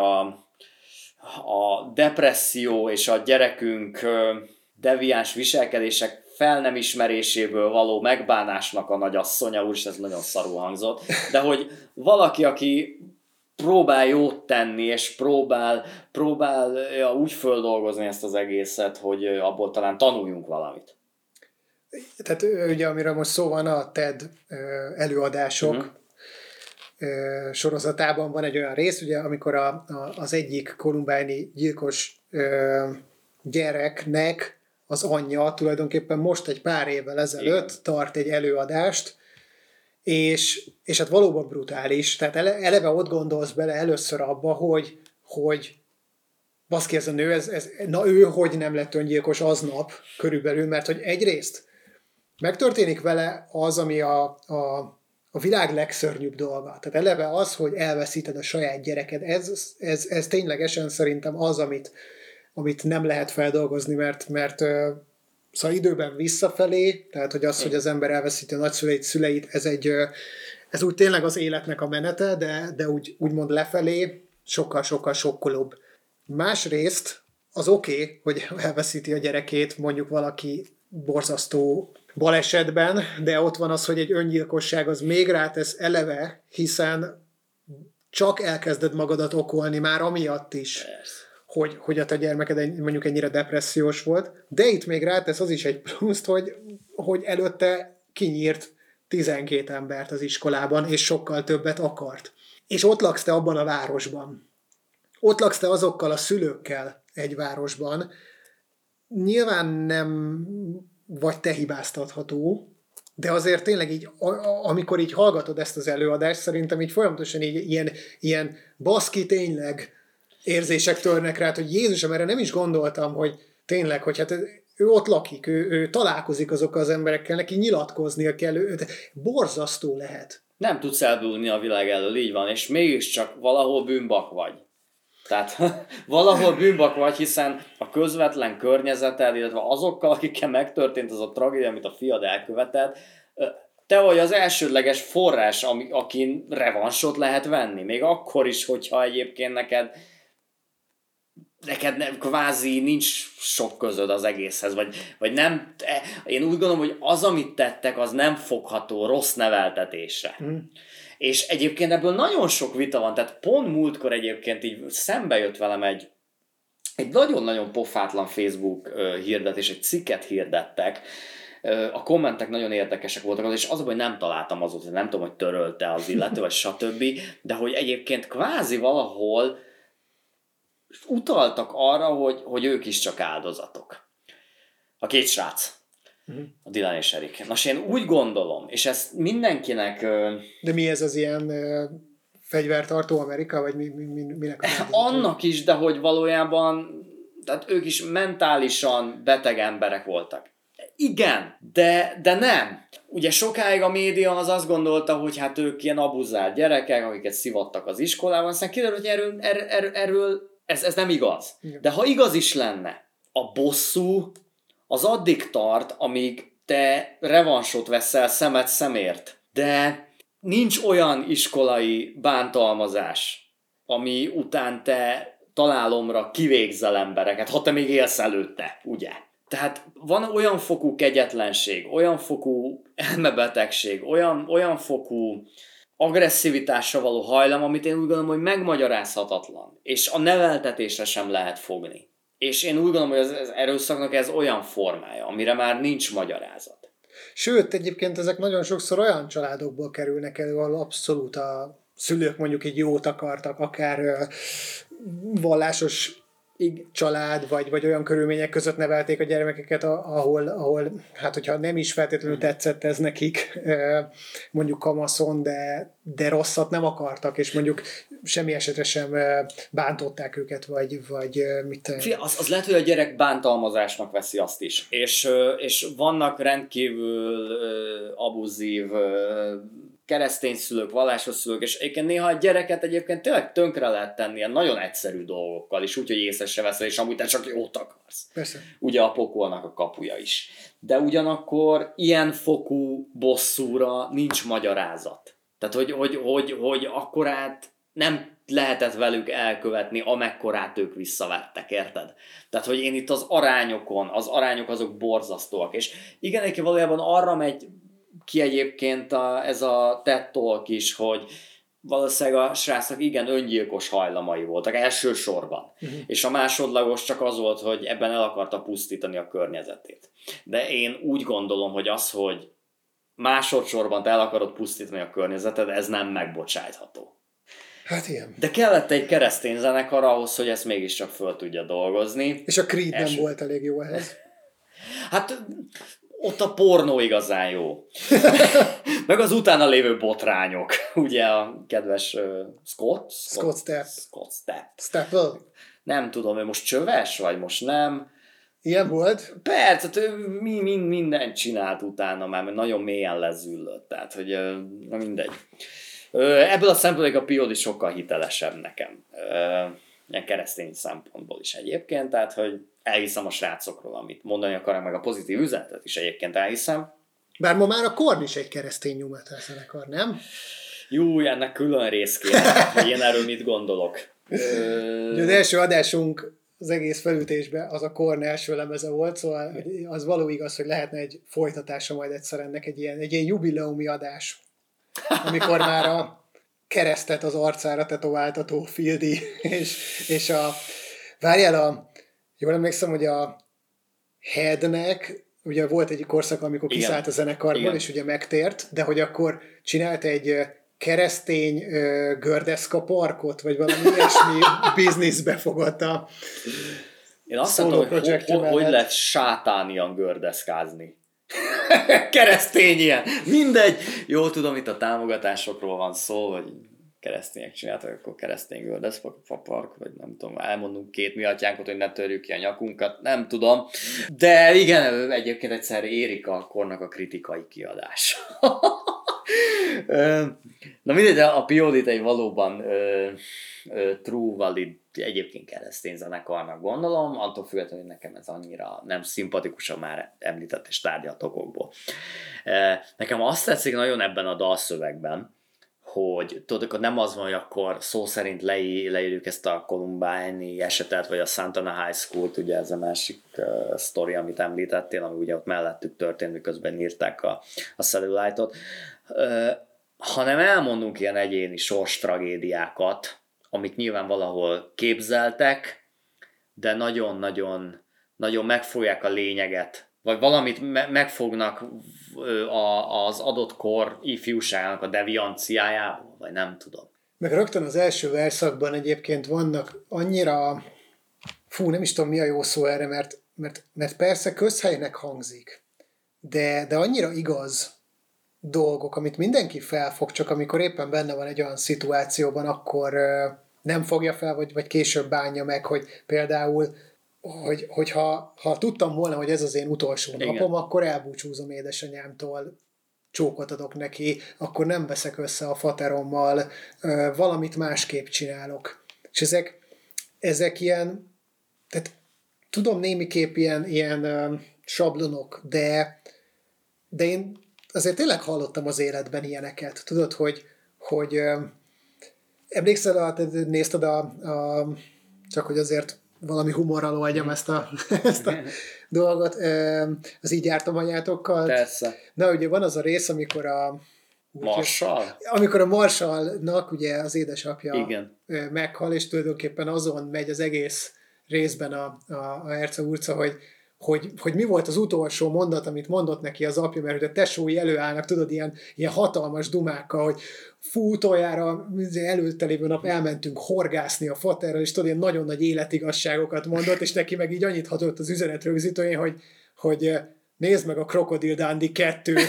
a depresszió és a gyerekünk deviáns viselkedések fel nem ismeréséből való megbánásnak a nagyasszonya, úgyis ez nagyon szarul hangzott, de hogy valaki, aki próbál jót tenni, és próbál úgy földolgozni ezt az egészet, hogy abból talán tanuljunk valamit. Tehát ugye, amire most szó van, a TED előadások sorozatában van egy olyan rész, ugye, amikor az egyik Columbine-i gyilkos gyereknek az anyja tulajdonképpen most egy pár évvel ezelőtt tart egy előadást, és hát valóban brutális. Tehát eleve ott gondolsz bele először abba, hogy baszki, ez a nő, ő hogy nem lett öngyilkos aznap körülbelül, mert hogy egyrészt megtörténik vele az, ami a világ legszörnyűbb dolga. Tehát eleve az, hogy elveszíted a saját gyereked, ez ténylegesen szerintem az, amit nem lehet feldolgozni, mert szóval időben visszafelé, tehát hogy az, hogy az ember elveszíti a nagyszüleit, szüleit, ez úgy tényleg az életnek a menete, de úgymond lefelé sokkal-sokkal sokkolóbb. Másrészt az oké, hogy elveszíti a gyerekét mondjuk valaki borzasztó balesetben, de ott van az, hogy egy öngyilkosság az még rátesz eleve, hiszen csak elkezded magadat okolni már amiatt is, hogy a te gyermeked mondjuk ennyire depressziós volt, de itt még rátesz az is egy pluszt, hogy előtte kinyírt 12 embert az iskolában, és sokkal többet akart. És ott laksz te abban a városban. Ott laksz te azokkal a szülőkkel egy városban. Nyilván nem vagy te hibáztatható, de azért tényleg így, amikor így hallgatod ezt az előadást, szerintem így folyamatosan így ilyen baszki tényleg, érzések törnek rá, hogy Jézusom, erre nem is gondoltam, hogy tényleg, hogy hát ő ott lakik, ő találkozik azokkal az emberekkel, neki nyilatkoznia kell, borzasztó lehet. Nem tudsz elbújni a világ elől, így van, és mégiscsak valahol bűnbak vagy. Tehát valahol bűnbak vagy, hiszen a közvetlen környezeted, illetve azokkal, akikkel megtörtént az a tragédia, amit a fiad elkövetett, te vagy az elsődleges forrás, akin revansot lehet venni. Még akkor is, hogyha egyébként neked kvázi nincs sok közöd az egészhez, vagy nem, én úgy gondolom, hogy az, amit tettek, az nem fogható rossz neveltetésre. És egyébként ebből nagyon sok vita van, tehát pont múltkor egyébként így szembe jött velem egy nagyon-nagyon pofátlan Facebook hirdetés, egy cikket hirdettek, a kommentek nagyon érdekesek voltak, és az, hogy nem találtam azóta, nem tudom, hogy törölte az illető, vagy stb., de hogy egyébként kvázi valahol utaltak arra, hogy ők is csak áldozatok. A két srác. A Dylan és Eric. Nos, én úgy gondolom, és ezt mindenkinek... De mi ez az ilyen fegyvertartó Amerika, vagy minek a annak is, de hogy valójában tehát ők is mentálisan beteg emberek voltak. Igen, de nem. Ugye sokáig a média az azt gondolta, hogy hát ők ilyen abuzált gyerekek, akiket szivattak az iskolában, aztán kiderül, hogy erről ez nem igaz. Igen. De ha igaz is lenne, a bosszú az addig tart, amíg te revansot veszel szemed szemért. De nincs olyan iskolai bántalmazás, ami után te találomra kivégzel embereket, ha te még élsz előtte, ugye? Tehát van olyan fokú kegyetlenség, olyan fokú elmebetegség, olyan fokú agresszivitásra való hajlam, amit én úgy gondolom, hogy megmagyarázhatatlan. És a neveltetésre sem lehet fogni. És én úgy gondolom, hogy az erőszaknak ez olyan formája, amire már nincs magyarázat. Sőt, egyébként ezek nagyon sokszor olyan családokból kerülnek elő, ahol abszolút a szülők mondjuk így jót akartak, akár vallásos család, vagy olyan körülmények között nevelték a gyermekeket, ahol hát hogyha nem is feltétlenül tetszett ez nekik, mondjuk kamaszon, de rosszat nem akartak, és mondjuk semmi esetre sem bántották őket, vagy mit... Az lehet, hogy a gyerek bántalmazásnak veszi azt is, és vannak rendkívül abuzív keresztény szülők, vallásos szülők, és egyébként néha a gyereket egyébként tényleg tönkre lehet tenni ilyen nagyon egyszerű dolgokkal, és úgy, hogy észre se veszel, és amúgy te csak jót akarsz. Persze. Ugye a pokolnak a kapuja is. De ugyanakkor ilyen fokú bosszúra nincs magyarázat. Tehát, hogy akkorát nem lehetett velük elkövetni, amekkorát ők visszavettek, érted? Tehát, hogy én itt az arányok azok borzasztóak, és igen, egyébként valójában arra megy ki egyébként ez a TED Talk is, hogy valószínűleg a srácnak igen öngyilkos hajlamai voltak elsősorban. És a másodlagos csak az volt, hogy ebben el akarta pusztítani a környezetét. De én úgy gondolom, hogy az, hogy másodszorban te el akarod pusztítani a környezeted, ez nem megbocsájtható. Hát ilyen. De kellett egy keresztény zenekar ahhoz, hogy ezt mégiscsak föl tudja dolgozni. És a Creed nem volt elég jó ehhez. Hát ott a pornó igazán jó. Meg az utána lévő botrányok. Ugye a kedves Scott Stapp. Nem tudom, ő most csöves, vagy most nem. Ilyen volt? Persze, hát ő mindent csinált utána már, mert nagyon mélyen lezüllött. Tehát, hogy na mindegy. Ebből a szempontból a Pioli sokkal hitelesebb nekem. Ilyen keresztény szempontból is egyébként. Tehát, hogy elhiszem a srácokról, amit mondani akarnak, meg a pozitív üzenetet is egyébként elhiszem. Bár ma már a Korn is egy keresztény new metal zenekar, nem? Jú, ennek külön rész kéne, hogy én erről mit gondolok. Az első adásunk az egész felütésben az a Korn első lemeze volt, szóval az való igaz, hogy lehetne egy folytatása majd egyszer ennek egy ilyen jubileumi adás, amikor már a keresztet az arcára tetováltató Fieldy, és várjál, jól emlékszem, hogy a Headnek ugye volt egy korszak, amikor kiszállt a zenekarból, és ugye megtért, de hogy akkor csinált egy keresztény gördeszka parkot, vagy valami ilyesmi bizniszbe fogott a én azt mondom, hogy lehet sátánian gördeszkázni. Keresztény ilyen. Mindegy. Jól tudom, itt a támogatásokról van szó, hogy keresztények csináltak, akkor keresztény Göldesz Park, vagy nem tudom, elmondunk két mi atyánkot, hogy ne törjük ki a nyakunkat, nem tudom. De igen, egyébként egyszer érik a kornak a kritikai kiadása. Na mindegy, a POD-t egy valóban true, valid, egyébként keresztény zenekarnak gondolom, attól függetlenül, hogy nekem ez annyira nem szimpatikus a már említett és tárgyalt okokból. Nekem azt tetszik nagyon ebben a dalszövegben, hogy tudod, akkor nem az van, hogy akkor szó szerint leírjuk ezt a Columbine-i esetet, vagy a Santana High School-t, ugye ez a másik sztori, amit említettél, ami ugye ott mellettük történt, miközben írták a Satellite-ot, hanem elmondunk ilyen egyéni sorstragédiákat, amik nyilván valahol képzeltek, de nagyon-nagyon megfogják a lényeget, vagy valamit megfognak az adott kor ifjúságának a devianciájából, vagy nem tudom. Meg rögtön az első verszakban egyébként vannak annyira, nem is tudom mi a jó szó erre, mert persze közhelynek hangzik, de annyira igaz dolgok, amit mindenki felfog, csak amikor éppen benne van egy olyan szituációban, akkor nem fogja fel, vagy később bánja meg, hogy például hogyha tudtam volna, hogy ez az én utolsó napom, akkor elbúcsúzom édesanyámtól, csókot adok neki, akkor nem veszek össze a faterommal, valamit másképp csinálok. És ezek ilyen, tehát tudom némiképp ilyen sablonok, de én azért tényleg hallottam az életben ilyeneket. Tudod, hogy emlékszel, nézted csak hogy azért valami humorral oldjam ezt a dolgot, az Így jártam anyátokkal. Persze. Na, ugye van az a rész, amikor a Marshallnak ugye az édesapja igen. Meghal, és tulajdonképpen azon megy az egész részben a herceg-urca, hogy mi volt az utolsó mondat, amit mondott neki az apja, mert hogy a tesói előállnak, tudod, ilyen hatalmas dumákkal, hogy utoljára előtte lévő nap elmentünk horgászni a faterrel, és tudod, ilyen nagyon nagy életigasságokat mondott, és neki meg így annyit hatott az üzenet rögzítőjén, hogy nézd meg a Crocodile Dundee 2-t.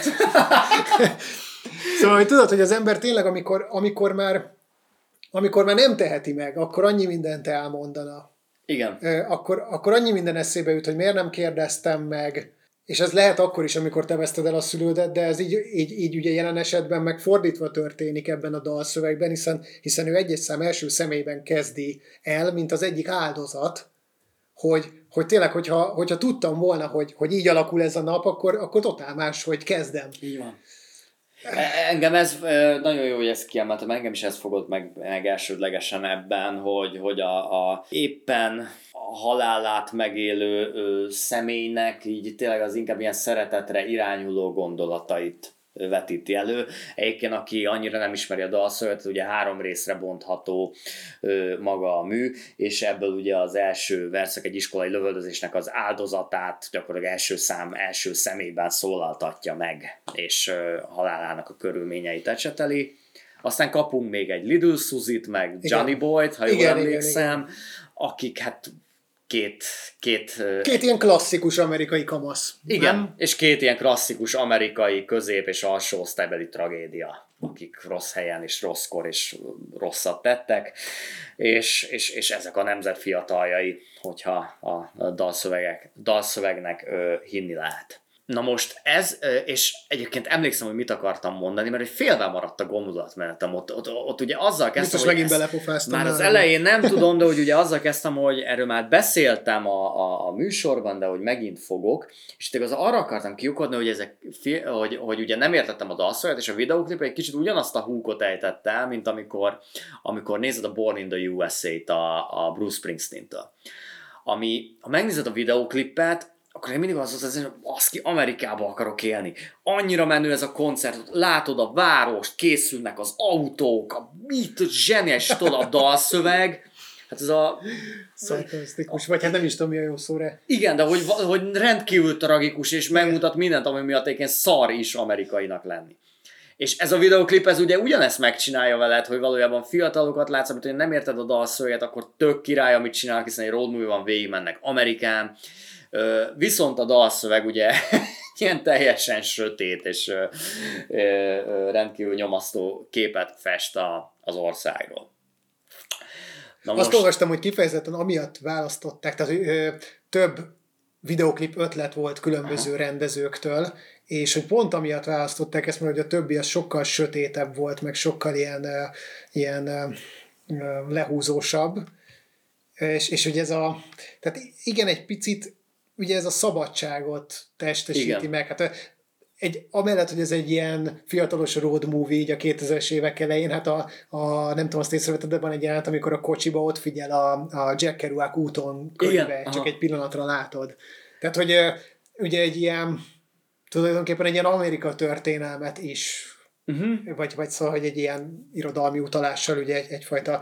Szóval, hogy tudod, hogy az ember tényleg, amikor már nem teheti meg, akkor annyi mindent elmondana. Igen. Akkor annyi minden eszébe jut, hogy miért nem kérdeztem meg, és ez lehet akkor is, amikor te veszted el a szülődet, de ez így ugye jelen esetben meg fordítva történik ebben a dalszövegben, hiszen ő egyes szám első személyben kezdi el, mint az egyik áldozat, hogy tényleg, hogyha tudtam volna, hogy így alakul ez a nap, akkor totál más, hogy kezdem. Így van. Engem ez nagyon jó, hogy ezt kiemeltem, engem is ez fogott meg elsődlegesen ebben, hogy a éppen a halálát megélő személynek így tényleg az inkább ilyen szeretetre irányuló gondolatait vetíti elő. Egyébként, aki annyira nem ismeri a dalszöveget, ugye 3 részre bontható maga a mű, és ebből ugye az első verszak egy iskolai lövöldözésnek az áldozatát gyakorlatilag első személyben szólaltatja meg, és halálának a körülményeit ecseteli. Aztán kapunk még egy Little Suzy-t, meg Johnny Boyt, ha jól emlékszem, akik hát két ilyen klasszikus amerikai kamasz. Igen, nem? És 2 ilyen klasszikus amerikai közép- és alsó osztálybeli tragédia, akik rossz helyen és rosszkor és rosszat tettek, és ezek a nemzet fiataljai, hogyha a dalszövegnek hinni lehet. Na most ez, és egyébként emlékszem, hogy mit akartam mondani, mert egy félve maradt a gondolatmenetem. Ott ugye azzal kezdtem, hogy megint belepofáztam. Már az elején nem tudom, de hogy ugye azzal kezdtem, hogy erről már beszéltem a műsorban, de hogy megint fogok, és tényleg az arra akartam kiukodni, hogy hogy ugye nem értettem a dalszöveget, és a videóklip egy kicsit ugyanazt a húkot ejtett el, mint amikor nézed a Born in the USA-t a Bruce Springsteen-től. Ha megnézed a videóklipet, akkor én mindig hogy ki Amerikába akarok élni. Annyira menő ez a koncert, látod a várost, készülnek az autók, zseniális, tudod, a dalszöveg. Hát ez szarkasztikus, vagy hát nem is tudom, mi a jó szóra. Igen, de hogy rendkívül tragikus, és megmutat mindent, ami miatt egyébként szar is amerikainak lenni. És ez a videóklip, ez ugye ugyanezt megcsinálja veled, hogy valójában fiatalokat látsz, amit hogy nem érted a dalszöveget, akkor tök király, amit csinálnak, hiszen egy road movie van, végigmennek Amerikán. Viszont a dalszöveg ugye ilyen teljesen sötét és rendkívül nyomasztó képet fest az országról. Azt olvastam, hogy kifejezetten amiatt választották, tehát több videóklip ötlet volt különböző rendezőktől, és hogy pont amiatt választották ezt, mert hogy a többi az sokkal sötétebb volt, meg sokkal ilyen lehúzósabb, és ugye tehát igen, egy picit ugye ez a szabadságot testesíti igen. meg, hát amellett, hogy ez egy ilyen fiatalos road movie így a 2000-es évek elején, hát nem tudom, azt észrevetted, de van egy jelenet, amikor a kocsiba ott figyel a Jack Kerouac úton könyve, csak egy pillanatra látod. Tehát, hogy ugye egy ilyen, tulajdonképpen egy ilyen Amerika történelmet is, vagy szóval, hogy egy ilyen irodalmi utalással ugye egyfajta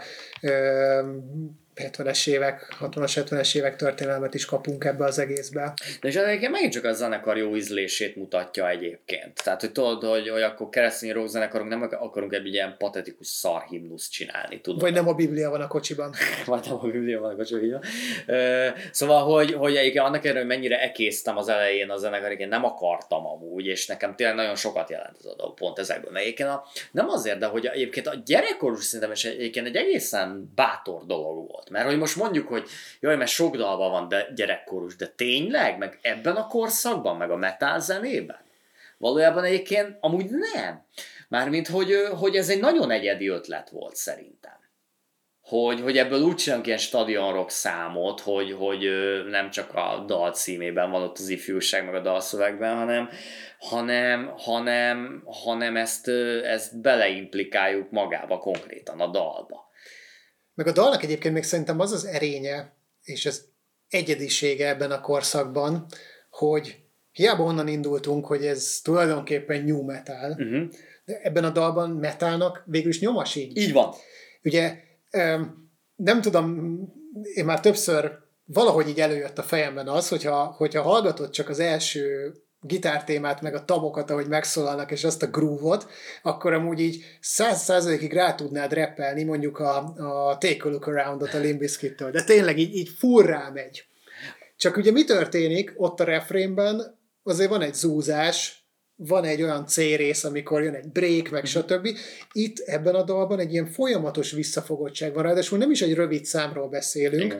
70-es évek, 60-as, 70-es évek történelmet is kapunk ebbe az egészbe. De és egyébként megint csak a zenekar jó ízlését mutatja egyébként. Tehát, hogy tudod, hogy akkor keresztény rock zenekarunk nem akarunk egy ilyen patetikus szarhimnuszt csinálni, tudod? Vagy nem a Biblia van a kocsiban. Vagy nem a Biblia van a kocsiban. Szóval, hogy egyébként annak ellenére, hogy mennyire ekésztem az elején a zenekar, én nem akartam amúgy, és nekem tényleg nagyon sokat jelent az a dolog pont ezekből. Mert egyébként nem azért, de hogy egyébként a gyerekkorús szerintem is egyébként egy egészen bátor dolog volt. Mert hogy most mondjuk, hogy jaj, mert sok dalban van de gyerekkorús, de tényleg? Meg ebben a korszakban? Meg a metal zenében? Valójában egyébként amúgy nem. Mármint, hogy ez egy nagyon egyedi ötlet volt szerintem. Hogy ebből úgy csinálunk ilyen stadion rock számot, hogy nem csak a dal címében van ott az ifjúság, meg a dalszövegben, hanem ezt beleimplikáljuk magába konkrétan a dalba. Meg a dalnak egyébként még szerintem az az erénye, és ez egyedisége ebben a korszakban, hogy hiába onnan indultunk, hogy ez tulajdonképpen new metal, de ebben a dalban metalnak végül is nyoma sincs. Így van. Ugye nem tudom, én már többször valahogy így előjött a fejemben az, hogyha hallgatod csak az első gitártémát, meg a tabokat, ahogy megszólalnak, és azt a groove-ot, akkor amúgy így 100%-ig rá tudnád rappelni mondjuk a Take a Look Around-ot a Limp Bizkittől. De tényleg így full rámegy. Csak ugye mi történik ott a refrénben? Azért van egy zúzás, van egy olyan C-rész, amikor jön egy break, meg stb. Itt ebben a dalban egy ilyen folyamatos visszafogottság van, ráadásul nem is egy rövid számról beszélünk,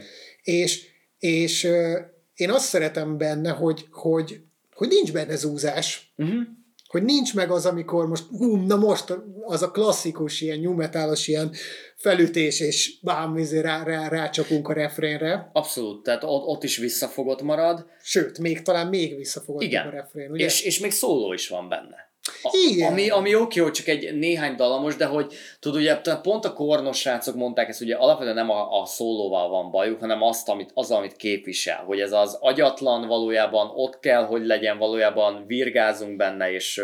és én azt szeretem benne, hogy nincs benne zúzás, hogy nincs meg az, amikor most az a klasszikus ilyen new metalos ilyen felütés, és bám, rácsapunk a refrénre. Abszolút, tehát ott is visszafogott marad. Sőt, talán még visszafogott a refrén, ugye? És még szóló is van benne. Igen. Ami oké, hogy csak egy néhány dalamos, de hogy tudod, ugye pont a kornos srácok mondták ezt, ugye alapvetően nem a szólóval van bajuk, hanem amit képvisel, hogy ez az agyatlan valójában ott kell, hogy legyen, valójában virgázunk benne, és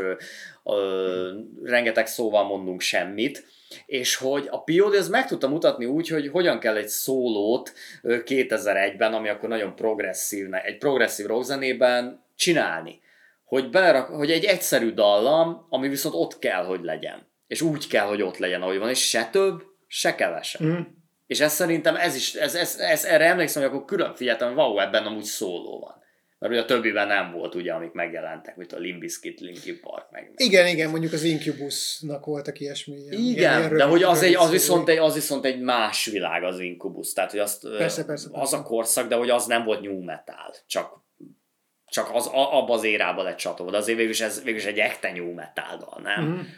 rengeteg szóval mondunk semmit, és hogy a POD ez meg tudta mutatni úgy, hogy hogyan kell egy szólót 2001-ben, ami akkor nagyon egy progresszív rockzenében csinálni. Hogy egy egyszerű dallam, ami viszont ott kell, hogy legyen. És úgy kell, hogy ott legyen, ahogy van, és se több, se kevesebb. És ez szerintem erre emlékszem, hogy akkor külön figyeltem, hogy wow, ebben amúgy szóló van. Mert ugye a többiben nem volt, ugye, amik megjelentek, mint a Limp Bizkit, Linkin Park, meg. Igen, mondjuk az Incubusnak voltak ilyesmi. Igen, de hogy az viszont egy más világ az Incubus. Tehát, hogy persze. Az a korszak, de hogy az nem volt new metal. Csak az abba az érában lett csatolva, de azért végül is egy ekte new metal dal, nem?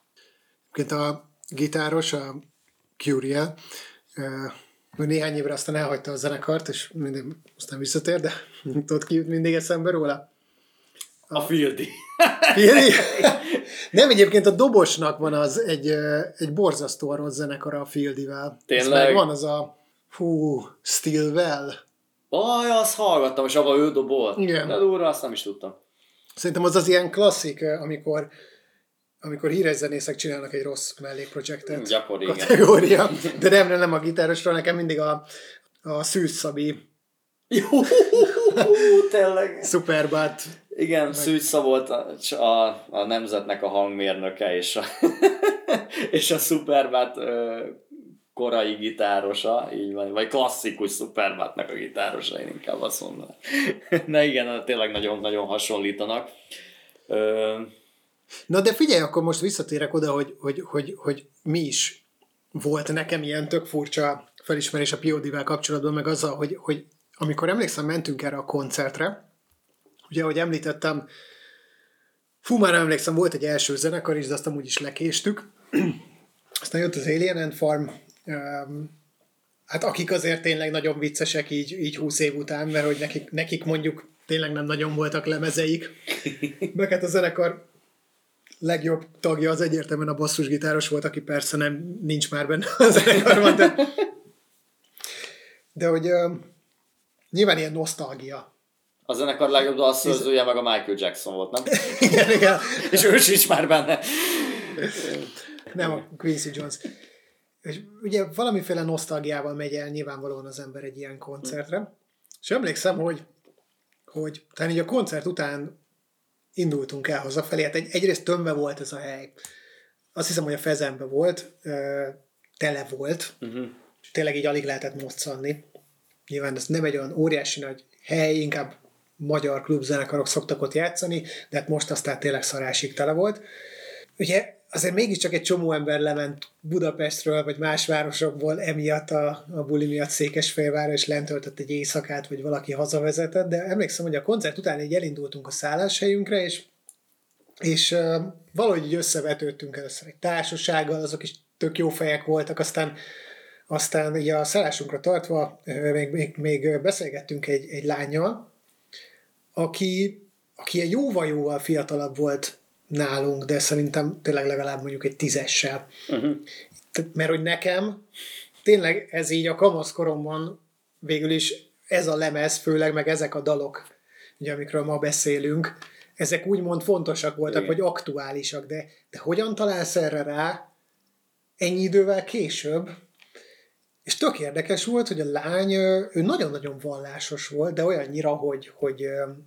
A gitáros, a Curiel, néhány évre aztán elhagyta a zenekart, és aztán visszatér, de tudod, ki jut mindig eszembe róla? A Fieldy. Fieldy? Nem, egyébként a Dobosnak van az egy borzasztó rossz zenekara a Fieldyvel. Tényleg? Van az a Stillwell. Azt hallgattam, és abban ő dobol. Igen. De durva, azt nem is tudtam. Szerintem az ilyen klasszik, amikor híres zenészek csinálnak egy rossz mellékprojektet. Gyakori, kategória. De nem a gitárosról, nekem mindig a Szűz Szabi. Jó, tényleg. Superbad. Igen, Szűz Szabi volt a nemzetnek a hangmérnöke, és a Superbad korai gitárosa, így van, vagy klasszikus Superbadnak a gitárosa, én inkább azt mondanám. Na igen, tényleg nagyon-nagyon hasonlítanak. Na de figyelj, akkor most visszatérek oda, hogy mi is volt nekem ilyen tök furcsa felismerés a POD-vel kapcsolatban, meg azzal, hogy amikor emlékszem, mentünk erre a koncertre, ugye, ahogy említettem, már nem emlékszem, volt egy első zenekar is, de azt amúgy is lekéstük. Aztán jött az Alien and Farm, hát akik azért tényleg nagyon viccesek így 20 év után, mert hogy nekik mondjuk tényleg nem nagyon voltak lemezeik. Meg hát a zenekar legjobb tagja az egyértelműen a basszusgitáros volt, aki persze nincs már benne a zenekarban, de hogy nyilván ilyen nosztalgia. A zenekar legjobb dalszerzője meg a Michael Jackson volt, nem? Igen. És ő sincs már benne. Nem, a Quincy Jones. És ugye valamiféle nosztalgiával megy el nyilvánvalóan az ember egy ilyen koncertre. És emlékszem, hogy talán így a koncert után indultunk el hazafelé. Hát egyrészt tömve volt ez a hely. Azt hiszem, hogy a Fezenbe volt, tele volt. Tényleg így alig lehetett moccani. Nyilván ez nem egy olyan óriási nagy hely, inkább magyar klubzenekarok szoktak ott játszani, de hát most aztán tényleg szarásig tele volt. Ugye azért mégiscsak egy csomó ember lement Budapestről, vagy más városokból emiatt a buli miatt Székesfehérvárra, és lent töltött egy éjszakát, vagy valaki hazavezetett, de emlékszem, hogy a koncert után így elindultunk a szálláshelyünkre, és valahogy így összevetődtünk először egy társasággal, azok is tök jó fejek voltak, aztán így a szállásunkra tartva még beszélgettünk egy lánnyal, aki jóval fiatalabb volt nálunk, de szerintem tényleg legalább mondjuk egy 10-essel. Mert hogy nekem tényleg ez így a kamaszkoromban végül is ez a lemez, főleg meg ezek a dalok, ugye, amikről ma beszélünk, ezek úgymond fontosak voltak, vagy aktuálisak, de hogyan találsz erre rá ennyi idővel később? És tök érdekes volt, hogy a lány, ő nagyon-nagyon vallásos volt, de olyannyira, hogy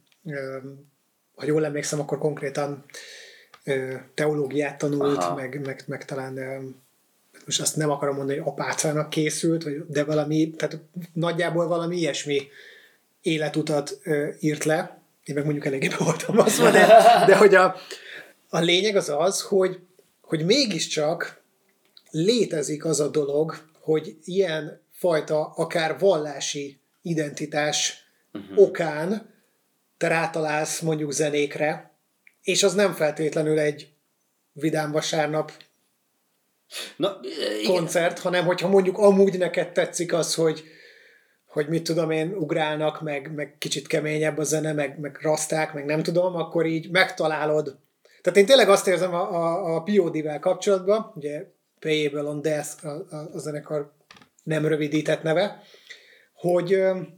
ha jól emlékszem, akkor konkrétan teológiát tanult, meg talán most azt nem akarom mondani, hogy apácának készült, de valami, tehát nagyjából valami ilyesmi életutat írt le. Én meg mondjuk eléggé be voltam azva, de hogy a lényeg az, hogy mégiscsak létezik az a dolog, hogy ilyen fajta akár vallási identitás okán te rátalálsz mondjuk zenékre, és az nem feltétlenül egy vidám vasárnap koncert, hanem hogyha mondjuk amúgy neked tetszik az, hogy mit tudom én, ugrálnak, meg kicsit keményebb a zene, meg raszták, meg nem tudom, akkor így megtalálod. Tehát én tényleg azt érzem a POD-vel kapcsolatban, ugye Payable on Death a zenekar nem rövidített neve, hogy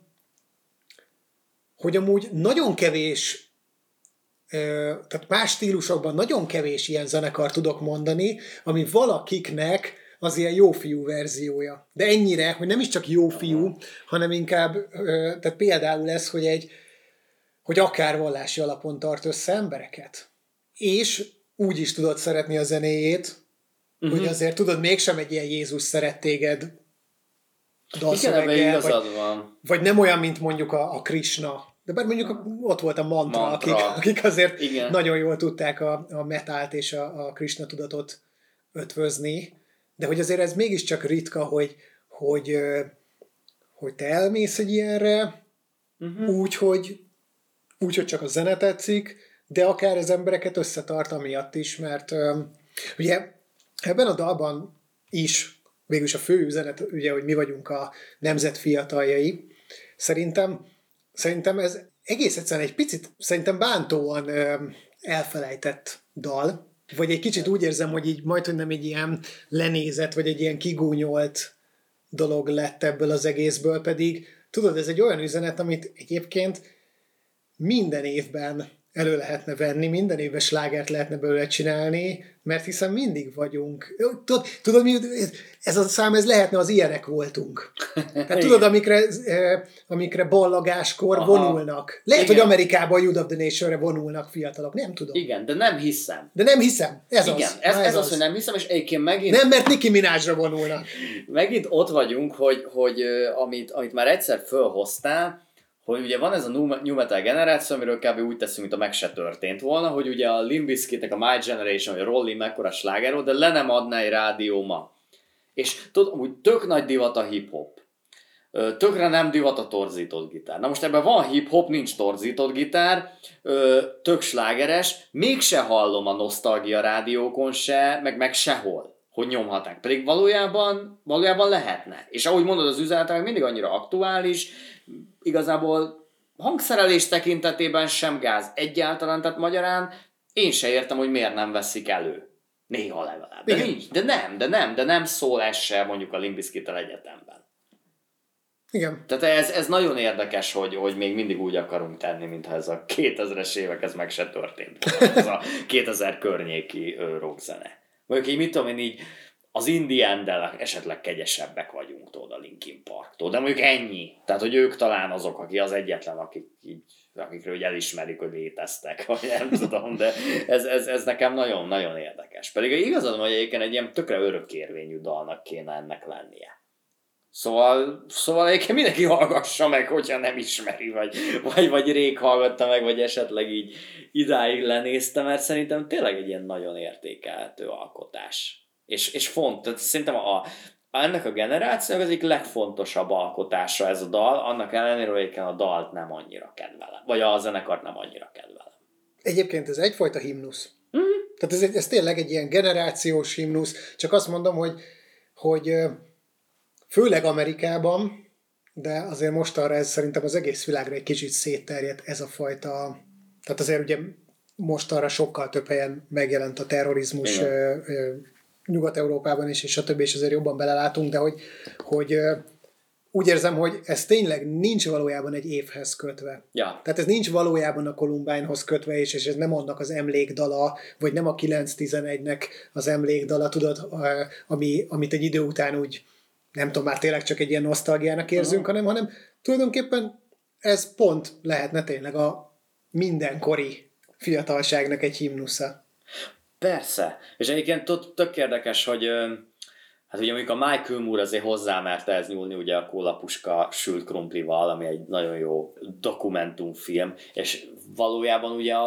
amúgy nagyon kevés, tehát más stílusokban nagyon kevés ilyen zenekar tudok mondani, ami valakiknek az ilyen jófiú verziója. De ennyire, hogy nem is csak jófiú, hanem inkább, tehát például ez, hogy akár vallási alapon tart össze embereket. És úgy is tudod szeretni a zenéjét, hogy azért tudod, mégsem egy ilyen Jézus szeret téged dalszöveggel, vagy nem olyan, mint mondjuk a Krishna. De bár mondjuk ott volt a mantra. Akik azért nagyon jól tudták a metált és a Krishna tudatot ötvözni, de hogy azért ez mégiscsak ritka, hogy te elmész egy ilyenre, úgy, hogy csak a zene tetszik, de akár az embereket összetart amiatt is, mert ugye ebben a dalban is végülis a fő üzenet, ugye, hogy mi vagyunk a nemzet fiataljai. Szerintem ez egész egyszerűen egy picit szerintem bántóan elfelejtett dal, vagy egy kicsit úgy érzem, hogy így majdhogy nem egy ilyen lenézett, vagy egy ilyen kigúnyolt dolog lett ebből az egészből, pedig tudod, ez egy olyan üzenet, amit egyébként minden évben elő lehetne venni, minden évben slágert lehetne belőle csinálni, mert hiszen mindig vagyunk. Tudod mi, ez a szám, ez lehetne az ilyenek voltunk. Tehát tudod, amikre ballagáskor vonulnak. Lehet, hogy Amerikában a Youth of the Nation-re vonulnak fiatalok, nem tudom. Igen, de nem hiszem. Ez igen, az. Ez az, hogy nem hiszem, és egyébként megint... Nem, mert Nicki Minajra vonulnak. Megint ott vagyunk, hogy amit már egyszer fölhoztál, hogy ugye van ez a new metal generáció, amiről kb. Úgy teszünk, mint a meg se történt volna, hogy ugye a Limp Bizkitnek a My Generation, vagy a Rolling mekkora sláger volt, de le nem adná egy rádió ma. És tudod, amúgy tök nagy divat a hip-hop. Tökre nem divat a torzított gitár. Na most ebben van hip-hop, nincs torzított gitár, tök slágeres, mégse hallom a nosztalgia rádiókon se, meg sehol, hogy nyomhatnák. Pedig valójában lehetne. És ahogy mondod, az üzenet mindig annyira aktuális, igazából hangszerelés tekintetében sem gáz egyáltalán, tehát magyarán én se értem, hogy miért nem veszik elő. Néha legalább. De nincs, de nem szól ez se mondjuk a Limp Bizkittel egyetemben. Igen. Tehát ez nagyon érdekes, hogy még mindig úgy akarunk tenni, mintha ez a 2000-es évek, ez meg se történt. Ez a 2000 környéki rockzene. Mondjuk így, mit tudom én, így az indie end-del esetleg kegyesebbek vagyunk, tudod, a Linkin Parktól. De mondjuk ennyi. Tehát, hogy ők talán azok, aki az egyetlen, akikről elismerik, hogy léteztek, vagy nem tudom, de ez nekem nagyon-nagyon érdekes. Pedig igazad, hogy egyébként egy ilyen tökre örökérvényű dalnak kéne ennek lennie. Szóval egyébként mindenki hallgassa meg, hogyha nem ismeri, vagy rég hallgatta meg, vagy esetleg így idáig lenézte, mert szerintem tényleg egy ilyen nagyon értékelhető alkotás. És tehát szerintem ennek a generációnak az egyik legfontosabb alkotása ez a dal, annak ellenére, hogy egyébként a dalt nem annyira kedvelem, vagy a zenekart nem annyira kedvelem. Egyébként ez egyfajta himnusz. Mm-hmm. Tehát ez tényleg egy ilyen generációs himnusz, csak azt mondom, hogy főleg Amerikában, de azért mostanra ez szerintem az egész világra egy kicsit szétterjedt ez a fajta, tehát azért ugye mostanra sokkal több helyen megjelent a terrorizmus Nyugat-Európában is, és stb. És azért jobban belelátunk, de hogy úgy érzem, hogy ez tényleg nincs valójában egy évhez kötve. Ja. Tehát ez nincs valójában a Columbinehoz kötve, és ez nem annak az emlékdala, vagy nem a 9-11-nek az emlékdala, tudod, amit egy idő után úgy nem tudom, már tényleg csak egy ilyen nosztalgiának érzünk, hanem tulajdonképpen ez pont lehetne tényleg a mindenkori fiatalságnak egy himnusza. Persze. És egyébként tök érdekes, hogy hát ugye mondjuk a Michael Moore azért hozzámerte ez nyúlni ugye a Kólapuska sült krumplival, ami egy nagyon jó dokumentumfilm, és valójában ugye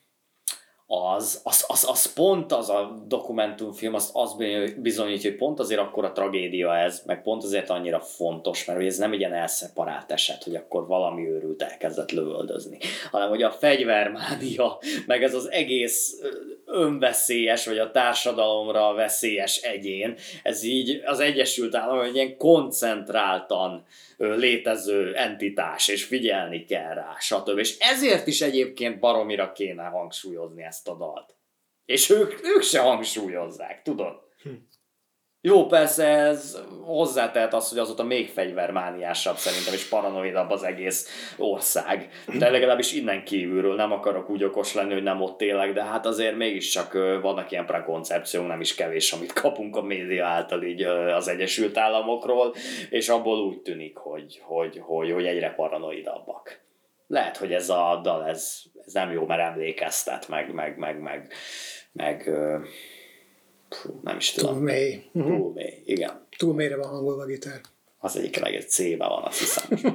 az pont az a dokumentumfilm, az bizonyítja, hogy pont azért akkora tragédia ez, meg pont azért annyira fontos, mert ez nem egy ilyen elszeparált eset, hogy akkor valami őrült elkezdett lövöldözni, hanem hogy a fegyvermánia, meg ez az egész önveszélyes, vagy a társadalomra veszélyes egyén, ez így az Egyesült Államok egy ilyen koncentráltan létező entitás, és figyelni kell rá, stb. És ezért is egyébként baromira kéne hangsúlyozni ezt a dalt. És ők se hangsúlyozzák, tudod? Jó, persze ez hozzátehet az, hogy azóta még fegyvermániásabb szerintem, és paranoidabb az egész ország. De legalábbis innen kívülről nem akarok úgy okos lenni, hogy nem ott élek, de hát azért mégiscsak vannak ilyen prekoncepciók, nem is kevés, amit kapunk a média által így az Egyesült Államokról, és abból úgy tűnik, hogy egyre paranoidabbak. Lehet, hogy ez a dal, ez nem jó, mert emlékeztet, meg nem is tudom. Túl mély. Túl mély, igen. Túl mélyre van hangolva a gitár. Az egyik egy C-ben van, azt hiszem.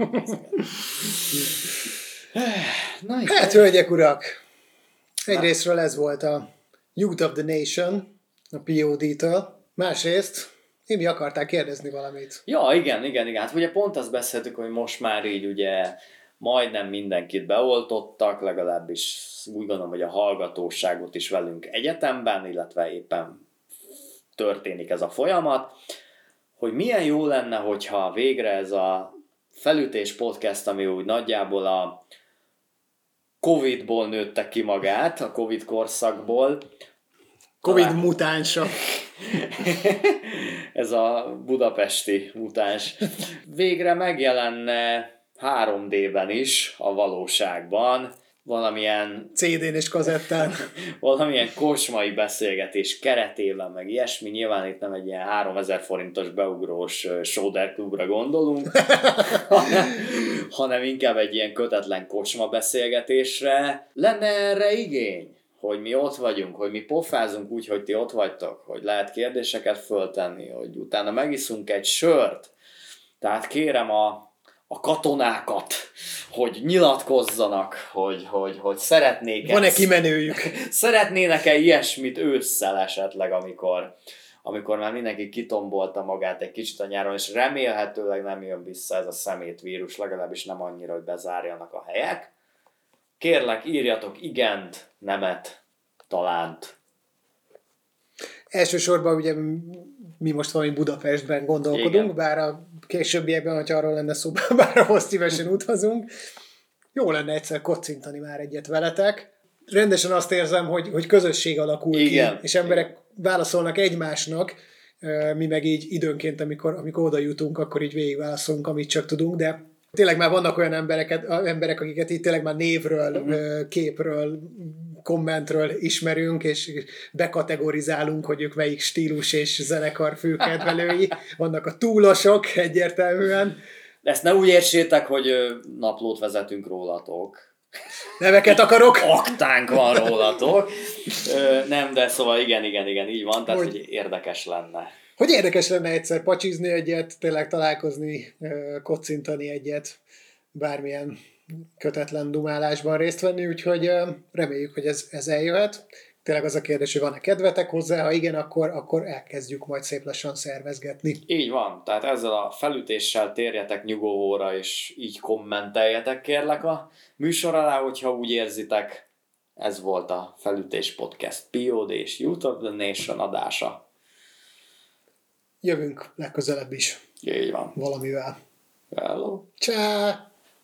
Hát, hölgyek, urak! Egyrésztről ez volt a Youth of the Nation, a POD-től. Másrészt, mi akartál kérdezni valamit? Ja, igen. Hát ugye pont azt beszéltük, hogy most már így ugye majdnem mindenkit beoltottak, legalábbis úgy gondolom, hogy a hallgatóságot is velünk egyetemben, illetve éppen történik ez a folyamat, hogy milyen jó lenne, hogyha végre ez a Felütés podcast, ami úgy nagyjából a Covid-ból nőtte ki magát, a Covid korszakból. Covid mutánsa. Ez a budapesti mutáns. Végre megjelenne 3D-ben is, a valóságban, valamilyen CD-n és kazettán. Valamilyen kosmai beszélgetés keretében, meg ilyesmi. Nyilván itt nem egy ilyen 3000 forintos beugrós sóderklubra gondolunk, hanem inkább egy ilyen kötetlen kosma beszélgetésre. Lenne erre igény? Hogy mi ott vagyunk, hogy mi pofázunk úgy, hogy ti ott vagytok, hogy lehet kérdéseket föltenni, hogy utána megiszunk egy sört. Tehát kérem a katonákat, hogy nyilatkozzanak, hogy szeretnék Van-e kimenőjük? Szeretnének-e ilyesmit ősszel esetleg, amikor amikor már mindenki kitombolta magát egy kicsit a nyáron, és remélhetőleg nem jön vissza ez a szemétvírus, legalábbis nem annyira, hogy bezárjanak a helyek. Kérlek, írjatok igent, nemet, talánt. Elsősorban ugye mi most valami Budapestben gondolkodunk, igen. Bár a későbbiekben, hogyha arról lenne szó, bár ahhoz szívesen utazunk. Jó lenne egyszer kocintani már egyet veletek. Rendesen azt érzem, hogy közösség alakul igen. ki, és emberek válaszolnak egymásnak, mi meg így időnként, amikor oda jutunk, akkor így végigválaszolunk, amit csak tudunk, de tényleg már vannak olyan emberek, akiket így tényleg már névről, képről, kommentről ismerünk, és bekategorizálunk, hogy ők melyik stílus és zenekar főkedvelői. Vannak a túlosok egyértelműen. De ezt ne úgy értsétek, hogy naplót vezetünk rólatok. Neveket akarok? Aktánk van rólatok. Nem, de szóval igen, így van, tehát hogy érdekes lenne. Hogy érdekes lenne egyszer pacsizni egyet, tényleg találkozni, kocintani egyet, bármilyen kötetlen dumálásban részt venni, úgyhogy reméljük, hogy ez eljöhet. Tényleg az a kérdés, hogy van-e kedvetek hozzá, ha igen, akkor elkezdjük majd szép lassan szervezgetni. Így van, tehát ezzel a felütéssel térjetek nyugovóra, és így kommenteljetek kérlek a műsor alá, hogyha úgy érzitek. Ez volt a Felütés Podcast POD és Youth of the Nation adása. Jövünk legközelebb is. Így van. Valamivel. Hello. Csá!